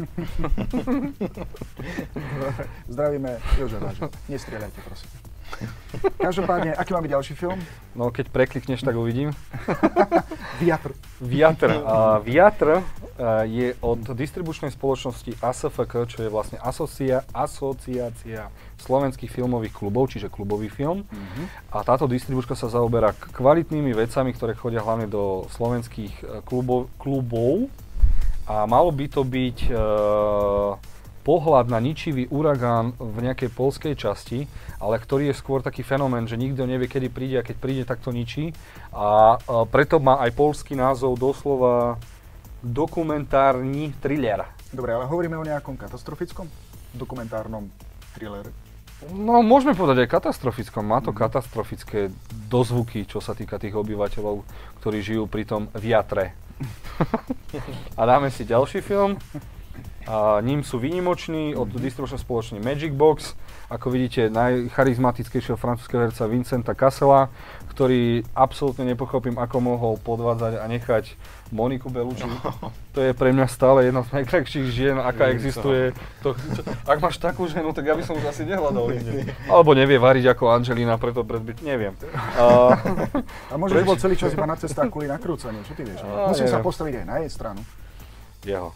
Zdravíme Jožo Raš. Nestrieľajte, prosím. Každopádne, aký máme ďalší film? No, keď preklikneš, tak uvidím. Viatr. Viatr. Uh, Viatr uh, je od distribučnej spoločnosti á es ef ká, čo je vlastne asocia, asociácia slovenských filmových klubov, čiže klubový film. Mm-hmm. A táto distribučka sa zaoberá kvalitnými vecami, ktoré chodia hlavne do slovenských klubov. klubov. A malo by to byť uh, pohľad na ničivý uragán v nejakej poľskej časti, ale ktorý je skôr taký fenomén, že nikto nevie, kedy príde a keď príde, tak to ničí. A, a preto má aj poľský názov doslova dokumentárny thriller. Dobre, ale hovoríme o nejakom katastrofickom dokumentárnom thrillere? No, môžeme povedať aj katastrofickom. Má to mm. katastrofické dozvuky, čo sa týka tých obyvateľov, ktorí žijú pri tom viatre. A dáme si ďalší film. A ním sú výnimoční od distribučnej spoločnosti Magic Box. Ako vidíte, najcharizmatickejšieho francúzskeho herca Vincenta Cassela, ktorý absolútne nepochopím, ako mohol podvádzať a nechať Moniku Bellucci. No. To je pre mňa stále jedna z najkrajších žien, aká existuje. To, čo, ak máš takú ženu, tak ja by som už asi nehľadal inde. Alebo nevie variť ako Angelina, preto predbyť, neviem. A, a možno by bol celý čas iba na cestách kvôli nakrúcaniu, čo ty vieš? A, Musím neviem. sa postaviť aj na jej stranu. Jeho.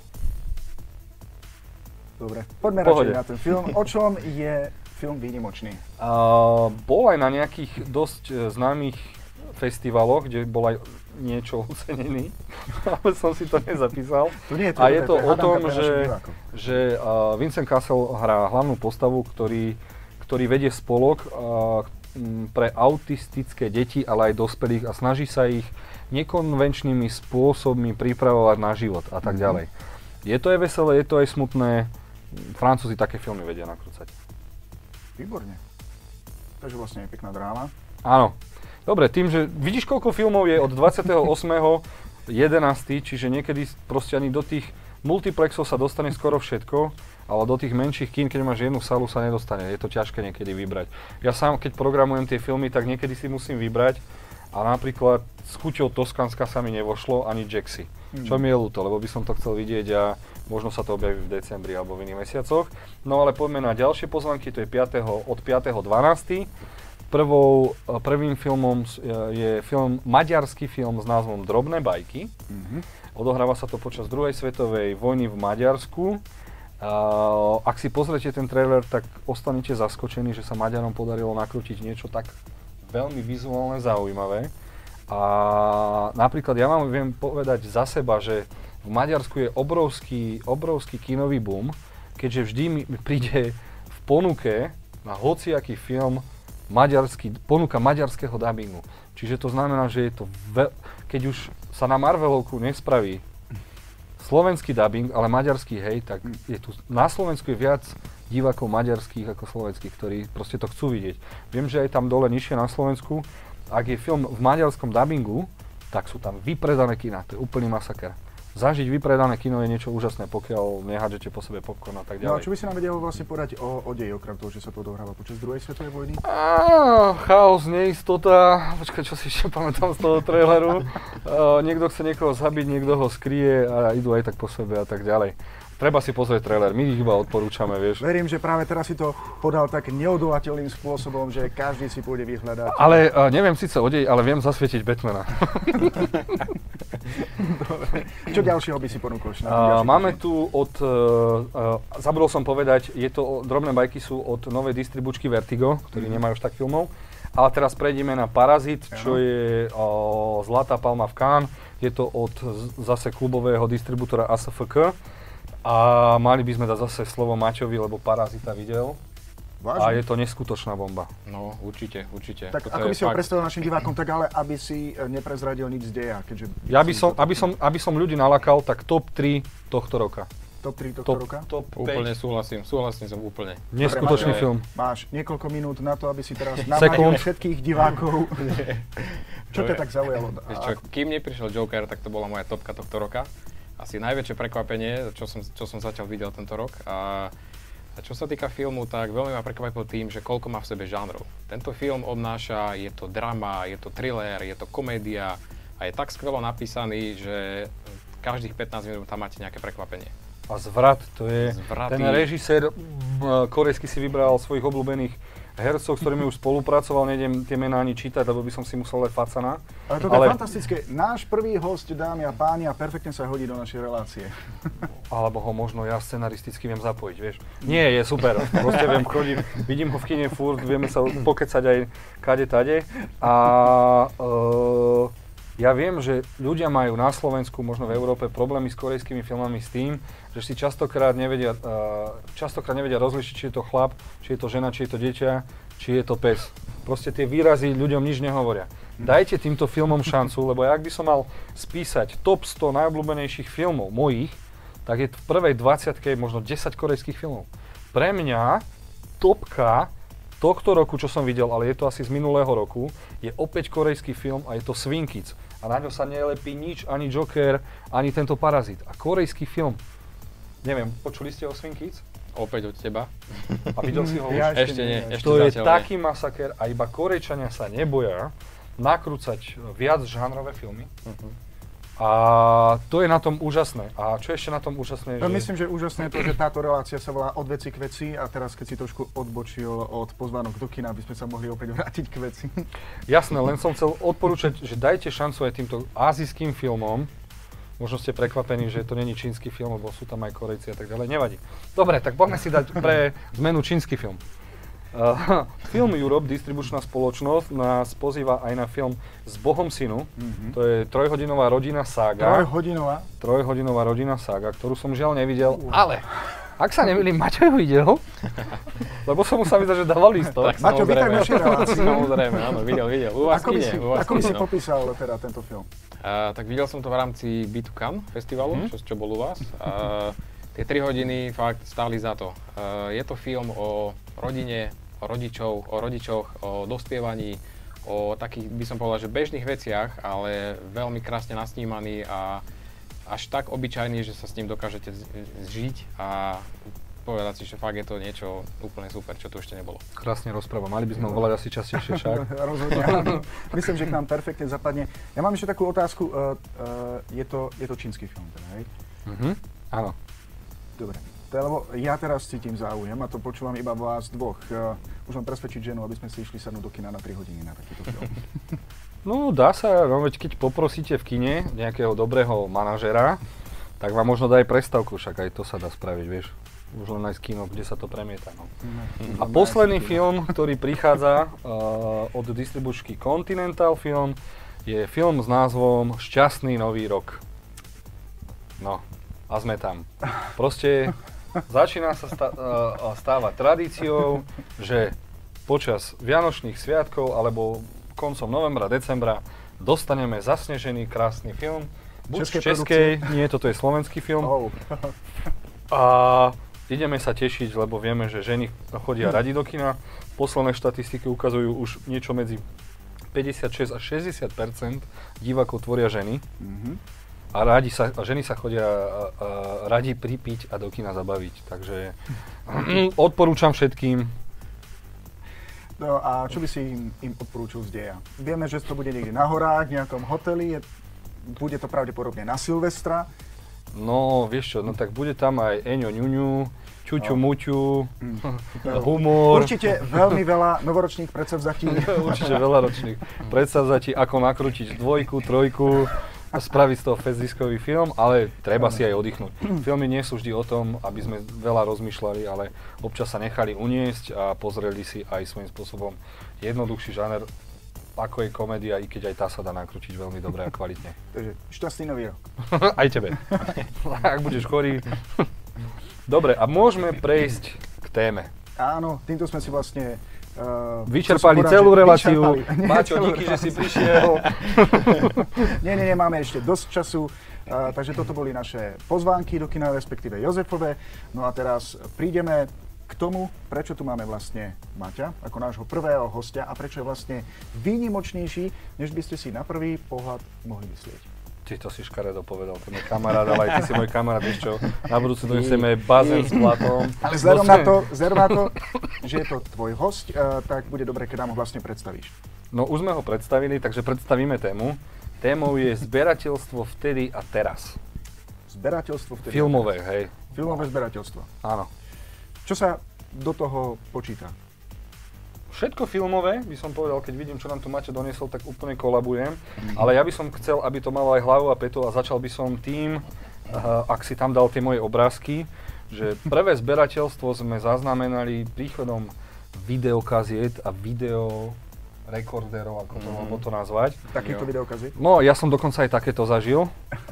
Dobre, poďme radšej na ten film. O čom je film výnimočný? Uh, bol aj na nejakých dosť uh, známych festivaloch, kde bol aj niečo ocenený, ale som si to nezapísal. To nie je to, a je to, to o tom, že, že uh, Vincent Cassel hrá hlavnú postavu, ktorý, ktorý vedie spolok uh, pre autistické deti, ale aj dospelých a snaží sa ich nekonvenčnými spôsobmi pripravovať na život a tak ďalej. Mm-hmm. Je to aj veselé, je to aj smutné. Francúzi také filmy vedia nakrúcať. Výborne. Takže vlastne je pekná dráma. Áno. Dobre, tým, že vidíš, koľko filmov je od dvadsiateho ôsmeho jedenásteho čiže niekedy proste ani do tých multiplexov sa dostane skoro všetko, ale do tých menších kín, keď máš jednu salu, sa nedostane. Je to ťažké niekedy vybrať. Ja sám, keď programujem tie filmy, tak niekedy si musím vybrať a napríklad s chuťou Toskanska sa mi nevošlo ani Jaxi. Hmm. Čo mi je ľúto, lebo by som to chcel vidieť a možno sa to objaví v decembri alebo v iných mesiacoch. No ale poďme na ďalšie pozvánky, to je piateho od piateho decembra. Prvou, prvým filmom je film, maďarský film s názvom Drobné bajky. Mm-hmm. Odohráva sa to počas druhej svetovej vojny v Maďarsku. Uh, ak si pozriete ten trailer, tak ostanete zaskočení, že sa Maďarom podarilo nakrútiť niečo tak veľmi vizuálne zaujímavé. A napríklad ja vám viem povedať za seba, že v Maďarsku je obrovský, obrovský kinový boom, keďže vždy mi príde v ponuke na hociaký film maďarský, ponuka maďarského dabingu. Čiže to znamená, že je to veľ... keď už sa na Marvelovku nespraví slovenský dubbing, ale maďarský, hej, tak je tu, na Slovensku je viac divákov maďarských ako slovenských, ktorí proste to chcú vidieť. Viem, že aj tam dole nižšie na Slovensku, ak je film v maďarskom dubbingu, tak sú tam vypredané kina, to je úplný masaker. Zažiť vypredané kino je niečo úžasné, pokiaľ nehádžete po sebe popcorn a tak ďalej. No a čo by si nám vedel vlastne povedať o, o deji, okrem toho, že sa to odohráva počas druhej svetovej vojny? Á, chaos, neistota, počkaj, čo si ešte pamätám z toho traileru. uh, niekto chce niekoho zabiť, niekto ho skrie a idú aj tak po sebe a tak ďalej. Treba si pozrieť trailer, my ich iba odporúčame, vieš. Verím, že práve teraz si to podal tak neodolateľným spôsobom, že každý si pôjde vyhľadať. Ale uh, neviem síce o deji, ale viem zasvietiť Batmana. Dobre. Čo ďalšieho by si ponúkol? Uh, máme tu od, uh, uh, zabudol som povedať, je to, drobné bajky sú od novej distribučky Vertigo, ktorí mm. nemajú už tak filmov. Ale teraz prejdeme na Parazit, čo je uh, Zlatá palma v Cannes. Je to od zase klubového distribútora á es ef ká. A mali by sme dať zase slovo Maťovi, lebo Parazita videl. Vážne? A je to neskutočná bomba. No, určite, určite. Tak Toto ako by si ho fakt... predstavil našim divákom, tak ale aby si neprezradil nič z deja, keďže... Ja by som, aby som, aby som ľudí nalakal, tak top tri tohto roka. Top tri tohto top, roka? Top Úplne päť. súhlasím, súhlasím som úplne. Neskutočný Dobre, film. Máš niekoľko minút na to, aby si teraz namáhil všetkých divákov. Čo ťa tak zaujalo? Vieš čo, kým neprišiel Joker, tak to bola moja topka tohto roka. Asi najväčšie prekvapenie, čo som, čo som zatiaľ videl tento rok. A, a čo sa týka filmu, tak veľmi ma prekvapil tým, že koľko má v sebe žánrov. Tento film obnáša, je to drama, je to thriller, je to komédia a je tak skvelo napísaný, že každých pätnásť minút tam máte nejaké prekvapenie. A zvrat, to je, Zvraty. ten režisér korejský si vybral svojich obľúbených hercov, s ktorými už spolupracoval, nejdem tie mená ani čítať, lebo by som si musel dať facana. Ale toto ale... je fantastické. Náš prvý host, dámy a páni, a perfektne sa hodí do našej relácie. Alebo ho možno ja scenaristicky viem zapojiť, vieš. Nie, je super. Proste viem chodiť, vidím ho v kine furt, vieme sa pokecať aj kade tade. A uh, ja viem, že ľudia majú na Slovensku, možno v Európe, problémy s korejskými filmami s tým, že si častokrát nevedia, uh, častokrát nevedia rozlišiť, či je to chlap, či je to žena, či je to dieťa, či je to pes. Proste tie výrazy ľuďom nič nehovoria. Dajte týmto filmom šancu, lebo ak by som mal spísať top sto najobľúbenejších filmov mojich, tak je v prvej dvadsiatke možno desať korejských filmov. Pre mňa topka tohto roku, čo som videl, ale je to asi z minulého roku, je opäť korejský film a je to Swing Kids. A na ňo sa nelepí nič, ani Joker, ani tento Parazit. A korejský film, neviem, počuli ste o Swing Kids? Opäť od teba. A videl si ho už? Ja Ešte nie, ešte To je zatiaľ taký nie. masaker a iba Korejčania sa neboja nakrúcať viac žánrové filmy. Uh-huh. A to je na tom úžasné. A čo ešte na tom úžasné? No, že... myslím, že úžasné je to, že táto relácia sa volá Od veci k veci a teraz keď si trošku odbočil od pozvánok do kina, aby sme sa mohli opäť vrátiť k veci. Jasné, len som chcel odporúčať, že dajte šancu aj týmto ázijským filmom. Možno ste prekvapení, že to není čínsky film, lebo sú tam aj Korejci a tak ďalej. Nevadí. Dobre, tak poďme si dať pre zmenu čínsky film. Uh, Film Europe, distribučná spoločnosť, nás pozýva aj na film S Bohom synu. Mm-hmm. To je trojhodinová rodinná sága. Trojhodinová? Trojhodinová rodinná sága, ktorú som žiaľ nevidel, uh. ale ak sa nemýlim, Maťo ju videl, lebo som mu sa videl, že dával listok. Maťo, vítaj v našej relácii. Samozrejme, áno, videl, videl. U vás Ako by kine, si, u vás ako by kine, si no. popísal teda tento film? Uh, tak videl som to v rámci Be to Cannes festivalu, mm. čo, čo bol u vás. Uh, tie tri hodiny fakt stáli za to. Uh, je to film o rodine, o rodičov, o rodičoch, o dospievaní, o takých, by som povedal, že bežných veciach, ale veľmi krásne nasnímaný a až tak obyčajný, že sa s ním dokážete zžiť a povedať si, že fakt je to niečo úplne super, čo tu ešte nebolo. Krásne rozpráva, mali by sme ho volať asi častejšie však. Rozhodne, áno. Myslím, že k nám perfektne zapadne. Ja mám ešte takú otázku, uh, uh, je, to, je to čínsky film, teda, hej? Mhm, áno. Dobre. hosté, lebo ja teraz cítim záujem a to počúvam iba vás dvoch. Uh, už mám presvedčiť ženu, aby sme si išli sadnúť do kina na tri hodiny na takýto film. No dá sa, no veď keď poprosíte v kine nejakého dobrého manažera, tak vám možno dá aj prestávku, však aj to sa dá spraviť, vieš. Už len aj z kino, kde sa to premieta. No. Mm. A posledný film, ktorý prichádza uh, od distribučky Continental Film, je film s názvom Šťastný nový rok. No, a sme tam. Proste začína sa sta- uh, stávať tradíciou, že počas Vianočných sviatkov alebo koncom novembra, decembra dostaneme zasnežený krásny film. Buď Českej z českej, nie, toto je slovenský film. Oh. A ideme sa tešiť, lebo vieme, že ženy chodia radi do kina. Posledné štatistiky ukazujú už niečo medzi päťdesiatšesť až šesťdesiat percent divákov tvoria ženy. Mm-hmm. A, radi sa, a ženy sa chodia a, a, radi pripiť a do kina zabaviť. Takže odporúčam všetkým. No a čo by si im, im odporúčil z deja? Vieme, že to bude niekde na horách, v nejakom hoteli, je, bude to pravdepodobne na Silvestra. No, vieš čo, no tak bude tam aj Eňo ňuňu, čuťu No. muťu, Mm. humor. Určite veľmi veľa novoročných predsavzatí. Určite veľa ročných predsavzatí, ako nakrútiť dvojku, trojku, a spraviť z toho festdiskový film, ale treba si aj oddychnúť. Filmy nie sú vždy o tom, aby sme veľa rozmýšľali, ale občas sa nechali uniesť a pozreli si aj svojím spôsobom jednoduchší žáner, ako je komédia, i keď aj tá sa dá nakrútiť veľmi dobre a kvalitne. Takže šťastný nový rok. Aj tebe. Ak budeš chorý. Dobre, a môžeme prejsť k téme. Áno, týmto sme si vlastne Uh, vyčerpali celú reláciu. Máťo, díky, že si prišiel. nie, nie, nie, máme ešte dosť času. Uh, takže toto boli naše pozvánky do kina, respektíve Jozefove. No a teraz prídeme k tomu, prečo tu máme vlastne Maťa ako nášho prvého hostia a prečo je vlastne výnimočnejší, než by ste si na prvý pohľad mohli myslieť. Ty to si škaredo povedal, to je môj kamarát, ale aj ty si môj kamarát, vieš čo, na budúce donesieme bazén s platom. Ale vzhľadom na to, vzhľadom na to, že je to tvoj host, uh, tak bude dobre, keď nám ho vlastne predstavíš. No už sme ho predstavili, takže predstavíme tému. Témou je zberateľstvo vtedy a teraz. Zberateľstvo vtedy. Filmové, hej. Filmové zberateľstvo. Áno. Čo sa do toho počíta? Všetko filmové, by som povedal, keď vidím, čo nám tu Maťo doniesol, tak úplne kolabujem. Mm-hmm. Ale ja by som chcel, aby to malo aj hlavu a petu a začal by som tým, uh, ak si tam dal tie moje obrázky, že prvé zberateľstvo sme zaznamenali príchodom videokaziet a video rekorderov, ako to, mm-hmm. to nazvať. Takýto videokaziet? No, ja som dokonca aj takéto zažil.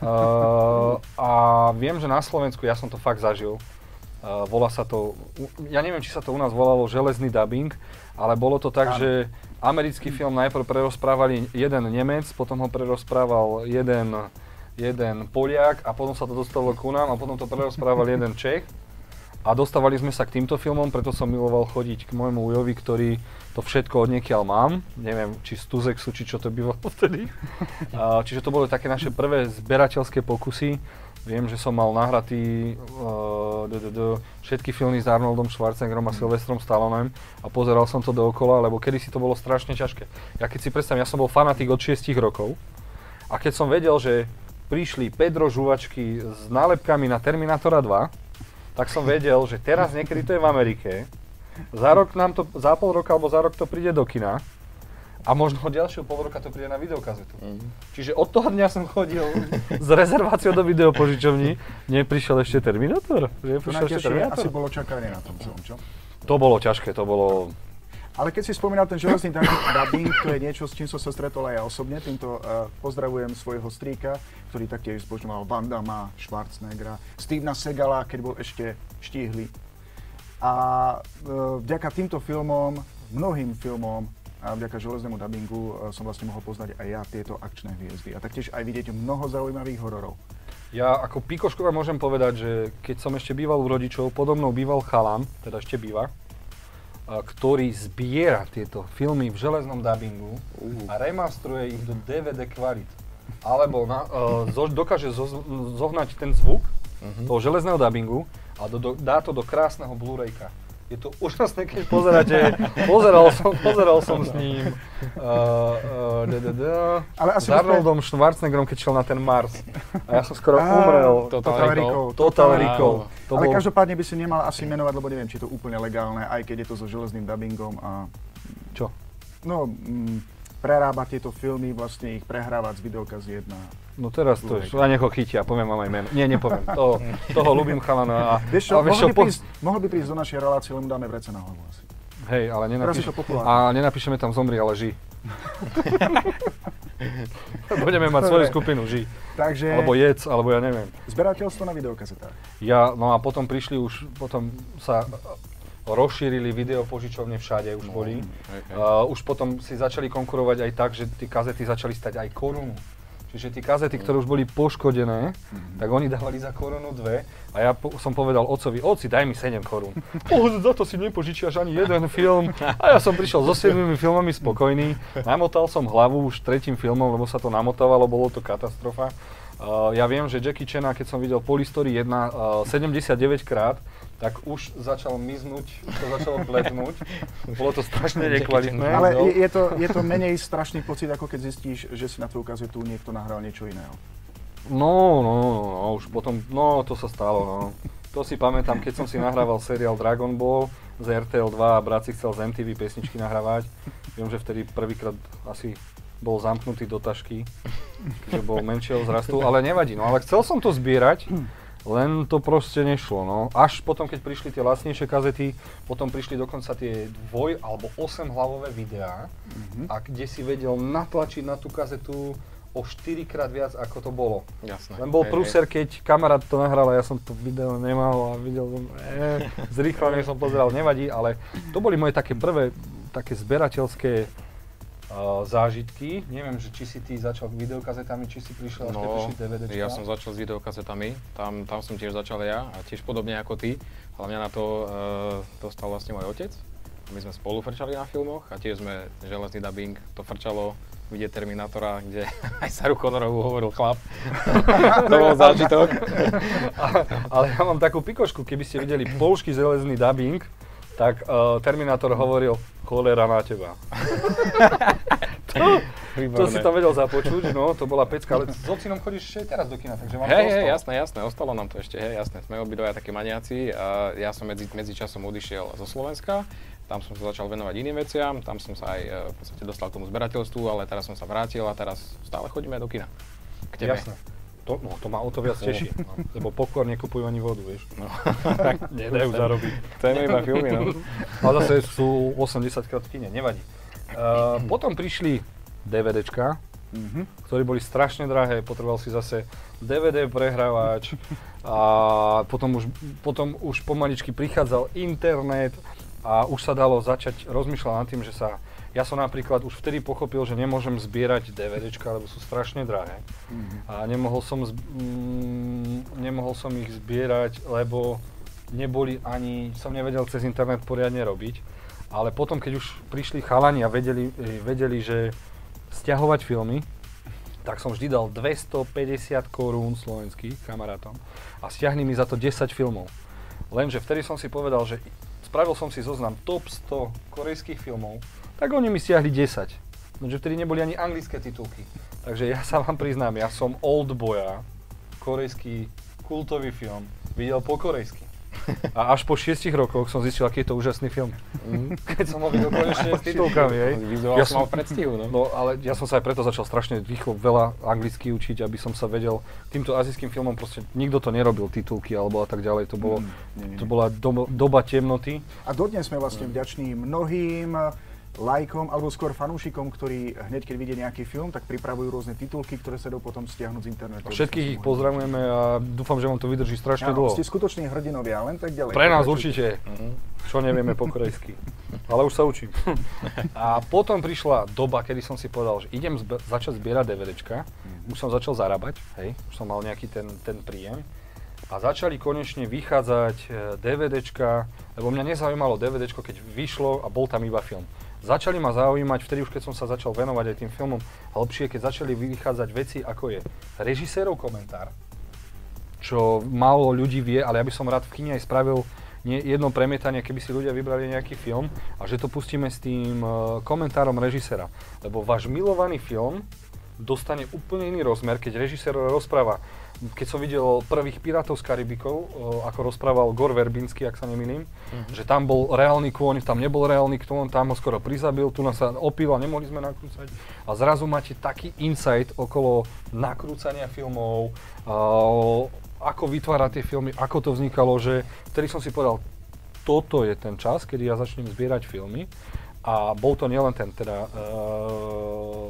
Uh, a viem, že na Slovensku ja som to fakt zažil. Uh, volá sa to, ja neviem, či sa to u nás volalo železný dubbing, ale bolo to tak, Áno. že americký film najprv prerozprávali jeden Nemec, potom ho prerozprával jeden, jeden Poliak a potom sa to dostalo ku nám a potom to prerozprával jeden Čech. A dostávali sme sa k týmto filmom, preto som miloval chodiť k môjmu ujovi, ktorý to všetko odniekiaľ mám. Neviem, či z Tuzexu, či čo to bývalo vtedy. Uh, čiže to boli také naše prvé zberateľské pokusy. Viem, že som mal nahratý uh, d- d- d- všetky filmy s Arnoldom Schwarzeneggerom a Sylvestrom Stallonem a pozeral som to dookola, lebo kedysi to bolo strašne ťažké. Ja keď si predstavím, ja som bol fanatik od šiestich rokov a keď som vedel, že prišli Pedro žuvačky s nálepkami na Terminátora dva, tak som vedel, že teraz niekedy to je v Amerike, za rok nám to, za pol roka alebo za rok to príde do kina. A možno od ďalšieho pol roka to príde na videokazetu. Mm. Čiže od toho dňa som chodil s rezerváciou do videopožičovní. Neprišiel ešte Terminátor? Že To najťažšie asi bolo čakanie na tom celom, čo? To bolo ťažké, to bolo... Ale keď si spomínal ten železný dubbing, to je niečo, s čím som sa stretol aj ja osobne. Týmto uh, pozdravujem svojho strýka, ktorý taktiež zbožňoval Van Damme, Schwarzeneggera, Stevena Segala, keď bol ešte štíhly. A uh, vďaka týmto filmom, mnohým filmom, a vďaka železnému dubbingu som vlastne mohol poznať aj ja tieto akčné hviezdy. A taktiež aj vidieť mnoho zaujímavých hororov. Ja ako pikoškova môžem povedať, že keď som ešte býval u rodičov, podo mnou býval chalan, teda ešte býva, ktorý zbiera tieto filmy v železnom dubbingu uh. a remastruje ich do dé vé dé kvalit. Alebo na, uh, zo, dokáže zo, zohnať ten zvuk uh-huh. toho železného dubbingu a do, do, dá to do krásneho Blu-rayka. Je to úžasné, keď pozeráte. Pozeral som, pozeral som s ním uh, uh, da, da, da, ale asi s Arnoldom musíme... Schwarzeneggerom, keď šiel na ten Mars. A ja som skoro ah, umrel. Total Recall. Total Recall. To ale bol... každopádne by si nemal asi menovať, lebo neviem, či je to úplne legálne, aj keď je to so železným dubbingom a... Čo? No, m, prerábať tieto filmy, vlastne ich prehrávať z videokaziet na... No teraz to je, ja nech ho chytia, poviem vám aj meno. Nie, nepoviem, toho, toho ľúbim chalana. A, vieš čo, mohol, vieš čo by prísť, po... mohol by prísť do našej relácie, len mu dáme vrece na hlavu asi. Hej, ale nenapíš... a nenapíšeme tam zomri, ale ži. Budeme mať svoju skupinu, ži. Takže... Alebo jedz, alebo ja neviem. Zberateľstvo na videokazetách. Ja, no a potom prišli už, potom sa rozšírili videopožičovne všade, už boli. Okay. Uh, už potom si začali konkurovať aj tak, že tie kazety začali stať aj korunu. Čiže tie kazety, ktoré už boli poškodené, mm-hmm. tak oni dávali za korunu dve a ja po, som povedal otcovi, oci, daj mi sedem korún. Oh, za to si nepožičiaš ani jeden film. A ja som prišiel so siedmimi filmami spokojný. Namotal som hlavu už tretím filmom, lebo sa to namotávalo, bolo to katastrofa. Uh, ja viem, že Jackie Chana, keď som videl Polistory jedna uh, sedemdesiatdeväť krát, tak už začal miznúť, už to začalo blednúť. Bolo to strašne nekvalitné. Ale je, je, to, je to menej strašný pocit, ako keď zistíš, že si na tvoju kazetu niekto nahral niečo iného. No, no, no, no, už potom, no, to sa stalo, no. To si pamätám, keď som si nahrával seriál Dragon Ball z er té el dva a brat si chcel z em té vé pesničky nahrávať. Viem, že vtedy prvýkrát asi bol zamknutý do tašky, že bol menšieho zrastu, ale nevadí, no, ale chcel som to zbierať. Len to proste nešlo, no. Až potom, keď prišli tie lacnejšie kazety, potom prišli dokonca tie dvoj- alebo osemhlavové videá, mm-hmm. a kde si vedel natlačiť na tú kazetu o štyrikrát viac, ako to bolo. Jasné. Len bol prúser, keď kamarát to nahral a ja som to video nemal a videl som, eh, zrýchlene som pozeral, nevadí, ale to boli moje také prvé, také zberateľské Uh, zážitky. Neviem, že či si ty začal videokazetami, či si prišiel až no, keď prišli dé vé déčka. Ja som začal s videokazetami, tam, tam som tiež začal ja a tiež podobne ako ty, ale mňa na to uh, dostal vlastne môj otec. My sme spolu frčali na filmoch a tiež sme železný dubbing, to frčalo vidieť Terminátora, kde aj Saru Connorovú hovoril chlap. To bol zážitok. Ale ja mám takú pikošku, keby ste videli polský železný dubbing, tak uh, Terminátor hovoril cholera na teba. to, to si tam vedel započuť, no, to bola pecka, ale s ocinom chodíš ešte teraz do kina, takže vám hey, to ostalo. Hej, jasné, jasné, ostalo nám to ešte, hej, jasné, sme obidvaja také maniaci a ja som medzi, medzi časom odišiel zo Slovenska, tam som sa začal venovať iným veciam, tam som sa aj v podstate dostal k tomu zberateľstvu, ale teraz som sa vrátil a teraz stále chodíme do kina. K tebe. Jasné. To, no, to ma o to viac teší, no, lebo popcorn nekupujú ani vodu, vieš. No. Nedajú zarobiť. Chceme iba filmy, no. Ale zase sú osemdesiatkrát v kine, nevadí. Uh, potom prišli DVDčka, mm-hmm. ktoré boli strašne drahé, potreboval si zase dé vé dé prehrávač a potom už, potom už pomaličky prichádzal internet a už sa dalo začať rozmýšľať nad tým, že sa ja som napríklad už vtedy pochopil, že nemôžem zbierať DVDčka, lebo sú strašne drahé. Mm-hmm. A nemohol som, zb- mm, nemohol som ich zbierať, lebo neboli ani, som nevedel cez internet poriadne robiť. Ale potom, keď už prišli chalani a vedeli, vedeli, že stiahovať filmy, tak som vždy dal dvestopäťdesiat korún slovenských kamarátom a stiahli mi za to desať filmov. Lenže vtedy som si povedal, že spravil som si zoznam top sto korejských filmov, tak oni mi stiahli desať. Lenže vtedy neboli ani anglické titulky. Takže ja sa vám priznám, ja som Oldboya, korejský kultový film, videl po korejsky. A až po šiestich rokoch som zistil, aký je to úžasný film. Mm. Keď som ho videl konečne s titulkami, hej. Vizuál ja som mal predstihu, no. No ale ja som sa aj preto začal strašne rýchlo veľa anglicky učiť, aby som sa vedel týmto azijským filmom proste nikto to nerobil, titulky alebo a tak ďalej. To bolo, mm, nie, nie. To bola do, doba temnoty. A dodnes sme vlastne vďační mnohým lajkom, alebo skôr fanúšikom, ktorí hneď keď vidia nejaký film, tak pripravujú rôzne titulky, ktoré sa dajú potom stiahnuť z internetu. Všetkých ich pozdravujeme a dúfam, že vám to vydrží strašne dlho. Ste skutoční hrdinovia, len tak ďalej. Pre nás určite. Uh-huh. Čo nevieme po korejsky. Ale už sa učím. A potom prišla doba, kedy som si povedal, že idem zbe- začať zbierať DVDčka. Už som začal zarábať, hej, už som mal nejaký ten, ten príjem. A začali konečne vychádzať DVDčka, lebo mňa nezaujímalo DVDčko, keď vyšlo a bol tam iba film. Začali ma zaujímať, vtedy už keď som sa začal venovať aj tým filmom hlbšie, keď začali vychádzať veci, ako je režisérov komentár, čo málo ľudí vie, ale ja by som rád v kine aj spravil nie jedno premietanie, keby si ľudia vybrali nejaký film a že to pustíme s tým uh, komentárom režisera. Lebo váš milovaný film dostane úplne iný rozmer, keď režisér rozpráva. Keď som videl prvých Pirátov z Karibikov, ako rozprával Gore Verbinski, ak sa nemýlim, mm-hmm. že tam bol reálny kôň, tam nebol reálny kôň, tam ho skoro prizabil, tu nás sa opil a nemohli sme nakrúcať. A zrazu máte taký insight okolo nakrúcania filmov, ako vytvárať tie filmy, ako to vznikalo, že vtedy som si povedal, toto je ten čas, kedy ja začnem zbierať filmy. A bol to nielen ten teda uh,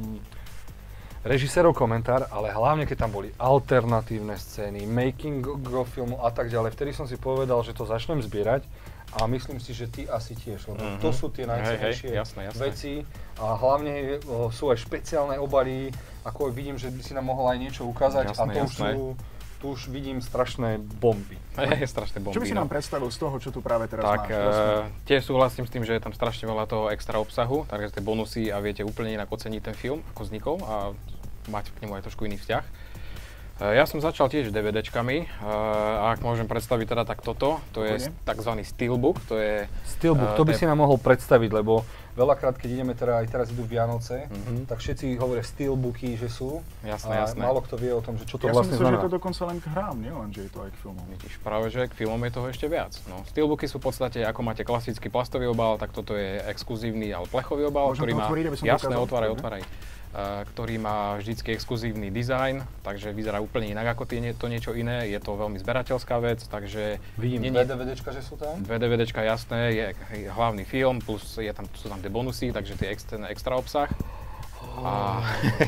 režisérov komentár, ale hlavne keď tam boli alternatívne scény, making of filmu a tak ďalej. Vtedy som si povedal, že to začnem zbierať a myslím si, že ty asi tiež, lebo mm-hmm. to sú tie najcennejšie veci a hlavne o, sú aj špeciálne obaly, ako vidím, že by si nám mohol aj niečo ukázať jasné, a to, jasné. Sú, tu už vidím strašné bomby. Je, strašné bomby. Čo by si nám predstavil z toho, čo tu práve teraz tak, máš? Tak, uh, tiež súhlasím s tým, že je tam strašne veľa toho extra obsahu, takže tie bonusy a viete úplne inak oceniť ten film, ako vznikol a mať k nemu aj trošku iný vzťah. Uh, ja som začal tiež DVDčkami uh, a ak môžem predstaviť teda tak toto, to je tzv. Steelbook, to je... Steelbook, uh, to by si nám mohol predstaviť, lebo veľakrát, keď ideme teda, aj teraz idú Vianoce, mm-hmm. tak všetci hovoria steelbooky, že sú. Jasné, a jasné. málo kto vie o tom, že čo to ja vlastne znamená. Ja som myslel, že to dokonca len k hrám, nielen, že je to aj k filmom. Vidíš, práve, že k filmom je toho ešte viac. No, steelbooky sú v podstate, ako máte klasický plastový obal, tak toto je exkluzívny, ale plechový obal, Môžem ktorý má... Otvoriť, jasné, otváraj, otváraj. Uh, ktorý má vždycky exkluzívny dizajn, takže vyzerá úplne inak ako tie, to niečo iné. Je to veľmi zberateľská vec, takže... Vidím dve DVDčka, že sú tam? Dve DVDčka, jasné, je hlavný film, plus je tam, sú tam tie bonusy, takže tie extra, extra obsah. Oh. A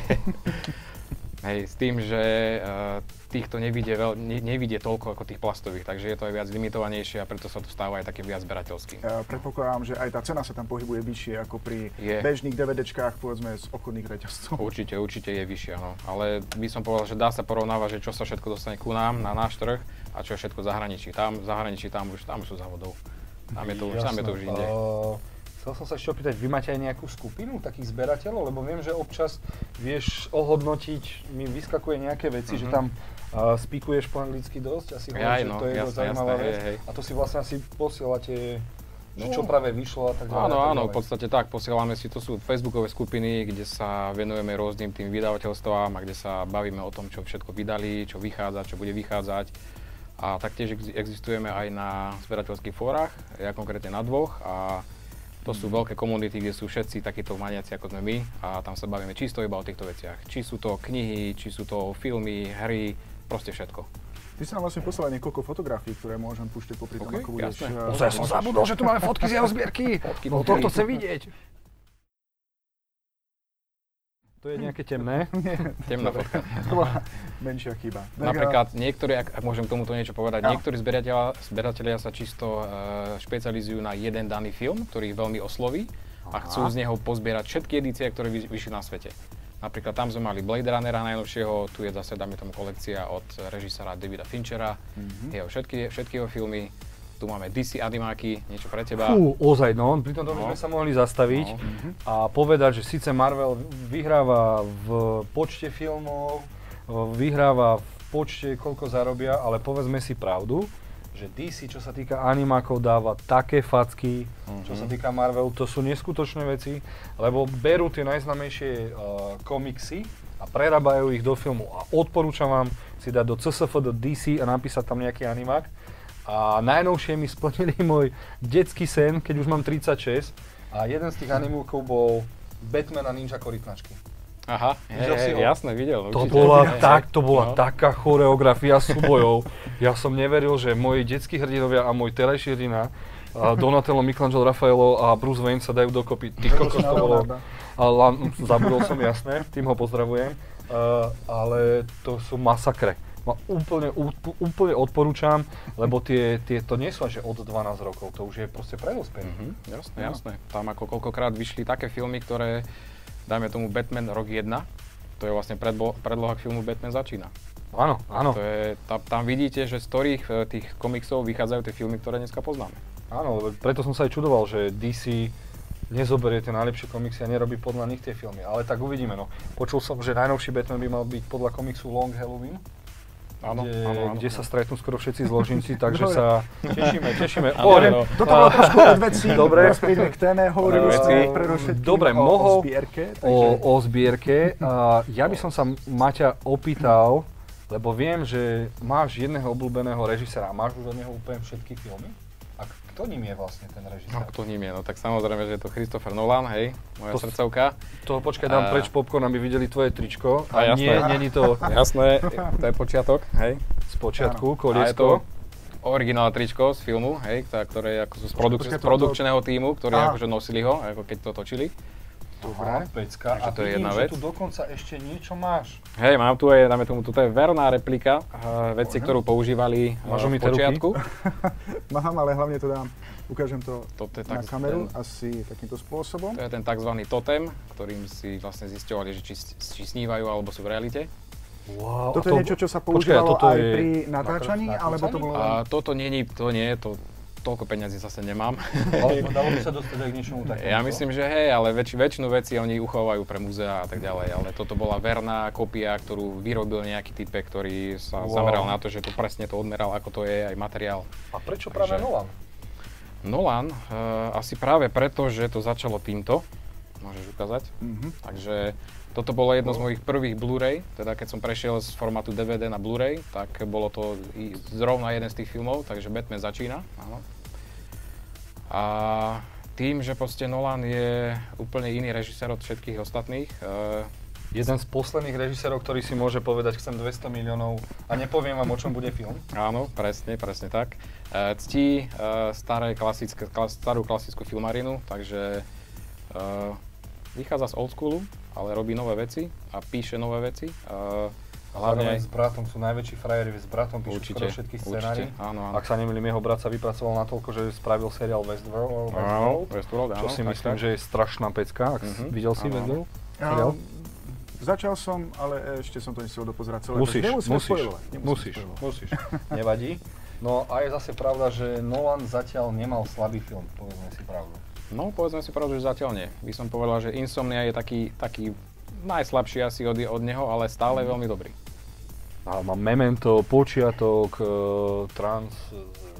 hej, s tým, že uh, týchto nevidie, veľ, ne, nevidie toľko ako tých plastových, takže je to aj viac limitovanejšie a preto sa to stáva aj takým viac zberateľským. Ja predpokladám, že aj tá cena sa tam pohybuje vyššie ako pri je. bežných DVDčkách, povedzme z obchodných reťazcov. Určite, určite je vyššia, no. Ale by som povedal, že dá sa porovnávať, že čo sa všetko dostane ku nám, na náš trh a čo je všetko v zahraničí. Tam v zahraničí, tam už, tam už sú závodov. Tam je to už, tam je to už inde. Uh... Chcel som sa ešte opýtať, vy máte aj nejakú skupinu takých zberateľov? Lebo viem, že občas vieš ohodnotiť, mi vyskakuje nejaké veci, mm-hmm. že tam uh, spíkuješ po anglicky dosť, asi hovoríš, no, že to je jasné, zaujímavá jasné, vec. hej, hej. A to si vlastne asi posielate, že no. čo práve vyšlo a tak ďalej. Áno, tak áno, ďalej. v podstate tak, posielame si, to sú facebookové skupiny, kde sa venujeme rôznym tým vydavateľstvám a kde sa bavíme o tom, čo všetko vydali, čo vychádza, čo bude vychádzať. A taktiež existujeme aj na zberateľských fórach, ja konkrétne na dvoch. A to sú veľké komunity, kde sú všetci takíto maniaci ako sme my a tam sa bavíme čisto iba o týchto veciach. Či sú to knihy, či sú to filmy, hry, proste všetko. Ty si nám vlastne poslal niekoľko fotografií, ktoré môžem púšťať popri tom, okay, ako budeš... Jasné. Uh, ja som zabudol, že tu máme fotky z jeho zbierky. Fotky, no toto chcem vidieť. To je nejaké temné? Temná fotka. To bola menšia chyba. Napríklad niektorí, ak, ak môžem k tomuto niečo povedať, no. niektorí zberatelia, zberatelia sa čisto uh, špecializujú na jeden daný film, ktorý ich veľmi osloví a chcú z neho pozbierať všetky edície, ktoré vy, vyšli na svete. Napríklad tam sme mali Blade Runnera najnovšieho, tu je zase, dáme tomu, kolekcia od režisera Davida Finchera, mm-hmm. jeho všetky, všetky jeho filmy. Tu máme dé cé animáky, niečo pre teba. Fú, ozaj, no, pri tomto by sme sa mohli zastaviť no. a povedať, že síce Marvel vyhráva v počte filmov, vyhráva v počte, koľko zarobia, ale povedzme si pravdu, že dé cé, čo sa týka animákov, dáva také facky, mm-hmm. čo sa týka Marvelu, to sú neskutočné veci, lebo berú tie najznámejšie uh, komiksy a prerábajú ich do filmu a odporúčam vám si dať do cé es ef do dé cé a napísať tam nejaký animák. A najnovšie mi splnili môj detský sen, keď už mám tridsaťšesť a jeden z tých animúkov bol Batman a Ninja korytnačky. Aha, videl si ho? Jasné, videl. To bola, tak, to bola no. taká choreografia súbojov. Ja som neveril, že moji detskí hrdinovia a môj terajší hrdina Donatello, Michelangelo, Raffaello a Bruce Wayne sa dajú dokopy. Ty kokos to bolo. Ale zabudol som, jasné, tým ho pozdravujem. Uh, ale to sú masakre. Ma úplne, úplne odporúčam, lebo tie, tie to nie sú až od dvanásť rokov, to už je proste pre dospelých. Mm-hmm, jasné, no. jasné. Tam ako koľkokrát vyšli také filmy, ktoré, dajme tomu Batman rok jeden, to je vlastne predbo, predloha k filmu Batman začína. Áno, áno. To je, tam, tam vidíte, že z ktorých tých komiksov vychádzajú tie filmy, ktoré dneska poznáme. Áno, preto som sa aj čudoval, že dé cé nezoberie tie najlepšie komiksy a nerobí podľa nich tie filmy, ale tak uvidíme, no. Počul som, že najnovší Batman by mal byť podľa komiksu Long Halloween. Áno, kde, áno, áno, kde áno. sa stretnú skoro všetci zložníci, takže Dobre. sa tešíme, tešíme. Ja O, neviem, toto bolo trošku od vecí. Dobre. Teraz príďme k téme. Hovorili Dobre. sme predovšetkým Dobre, o, mohol- o zbierke. o, takže- o zbierke. A ja by som sa Maťa opýtal, lebo viem, že máš jedného obľúbeného režisera. Máš už od neho úplne všetky filmy? A kto ním je vlastne ten No, režisér? kto ním je? No tak samozrejme, že je to Christopher Nolan, hej, moja To- srdcovka. Toho počkaj, dám A- preč popcorn, aby videli tvoje tričko. A A jasné. nie, není to Jasné, to je počiatok, hej. z počiatku, A je to koliesko. originálne tričko z filmu, hej, ktoré, ktoré je ako z, produk- počkaj, z to- produkčného tímu, ktorí Aha. akože nosili ho, ako keď to točili. Dobre, pecka. Takže A to je vidím, jedna že vec. tu dokonca ešte niečo máš. Hej, mám tu aj, dáme tomu, toto je verná replika uh, veci, Bože. ktorú používali uh, Máš v umyté ruky? počiatku. Mám, ale hlavne to dám. Ukážem to Toto je na tak, kameru, ten, asi takýmto spôsobom. to je ten tzv. Totem, ktorým si vlastne zisťovali, že či, či snívajú alebo sú v realite. Wow, Toto a je niečo, čo sa počkaj, používalo toto aj je pri natáčaní, na krv- alebo to nakrúcaní? bolo... A toto nie, nie, to nie, to toľko peňazí zase nemám. Ale dalo by sa dostať aj k niečomu takému? Ja myslím, že hej, ale väč, väčšinu vecí oni uchovajú pre múzea a tak ďalej, ale toto bola verná kopia, ktorú vyrobil nejaký typek, ktorý sa Wow. zameral na to, že to presne to odmeral, ako to je aj materiál. A prečo práve Takže- Nolan? Nolan, uh, asi práve preto, že to začalo týmto, môžeš ukázať. Mhm. Takže toto bolo jedno z mojich prvých Blu-ray, teda keď som prešiel z formátu dé vé dé na Blu-ray, tak bolo to i zrovna jeden z tých filmov, takže Batman začína, áno. A tým, že proste Nolan je úplne iný režisér od všetkých ostatných, uh, Jeden z posledných režisérov, ktorý si môže povedať, chcem dvesto miliónov a nepoviem vám, o čom bude film. áno, presne, presne tak, uh, ctí uh, staré klasické, klas, starú klasickú filmarinu, takže uh, vychádza z old schoolu, ale robí nové veci a píše nové veci. Uh, Hlavne hlavne s bratom, sú najväčší frajeri, s bratom píšu určite, skoro všetky určite, scenári. áno, áno. Ak sa nemýlim, jeho brat sa vypracoval natoľko, že spravil seriál Westworld, Áno, Westworld Westworld, áno, čo si tak, myslím, tak. že je strašná pecka. Ak Mhm, videl si áno, áno. Westworld? Ja, Seriál? začal som, ale ešte som to nestiel dopozerať celé. Musíš, takže nemusíme musíš, spoilovať, nemusíme musíš, spoilovať. musíš, nevadí. No a je zase pravda, že Nolan zatiaľ nemal slabý film, povedzme si pravdu. No, povedzme si pravdu, že zatiaľ nie. By som povedal, že Insomnia je taký, taký najslabší asi od, od neho, ale stále veľmi dobrý. A má Memento, Počiatok, uh, Trans, uh,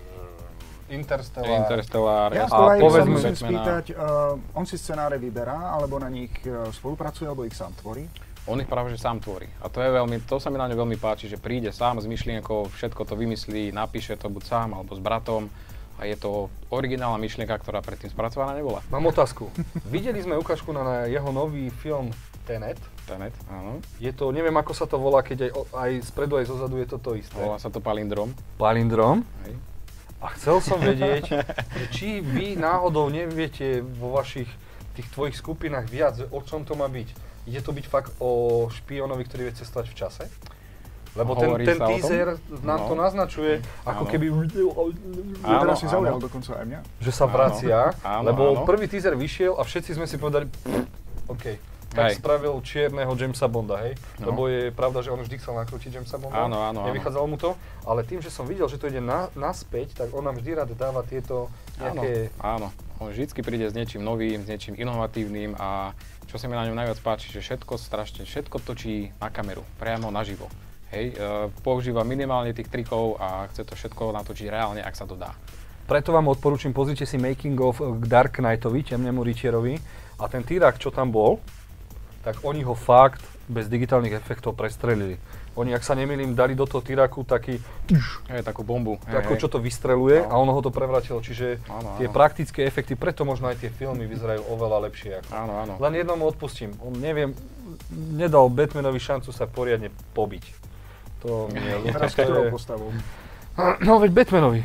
Interstellar. Interstellar, Ja jasné, z toho aj sa povedzme- musím Batmana. spýtať, uh, on si scenáre vyberá, alebo na nich uh, spolupracuje, alebo ich sám tvorí? On ich práve že sám tvorí. A to je veľmi, to sa mi na ňo veľmi páči, že príde sám s myšlienkou, všetko to vymyslí, napíše to buď sám alebo s bratom. A je to originálna myšlienka, ktorá predtým spracovaná nebola. Mám otázku. Videli sme ukážku na, na jeho nový film Tenet. Tenet, áno. Je to, neviem ako sa to volá, keď aj, o- aj spredu, aj zozadu je to to isté. Volá sa to palindrom. Palindrom. Hej. A chcel som vedieť, že či vy náhodou neviete vo vašich tých tvojich skupinách viac, že o čom to má byť. Ide to byť fakt o špiónovi, ktorý vie cestovať v čase? Lebo ten, Hovorí ten sa o tom? teaser nám No. to naznačuje, ako Áno. keby... Áno, teraz si zaujal áno. dokonca aj mňa. že sa Áno. vracia, Áno, lebo áno. prvý teaser vyšiel a všetci sme si povedali, OK, tak Hej. spravil čierneho Jamesa Bonda, hej? No. Lebo je pravda, že on vždy chcel nakrútiť Jamesa Bonda, Áno, áno, áno. nevychádzalo mu to, ale tým, že som videl, že to ide na, naspäť, tak on nám vždy rád dáva tieto nejaké... Áno, áno. On vždycky príde s niečím novým, s niečím inovatívnym a čo sa mi na ňom najviac páči, že všetko strašne, všetko točí na kameru, priamo naživo. Hej, e, používa minimálne tých trikov a chce to všetko natočiť reálne, ak sa to dá. Preto vám odporúčam, pozrite si making of k Dark Knightovi, Temnému rytierovi a ten týrak, čo tam bol, tak oni ho fakt bez digitálnych efektov prestrelili. Oni, ak sa nemýlim, dali do toho týraku taký, Hej, takú bombu. Hej, takú, hej. čo to vystreluje No. a ono ho to prevratilo, čiže Áno, tie áno. praktické efekty, preto možno aj tie filmy vyzerajú oveľa lepšie. Ako. Áno, áno. Len jednomu odpustím, on neviem, nedal Batmanovi šancu sa poriadne pobiť. To mi je ľúto, Teraz to ktorou je... postavou? No veď Batmanovi.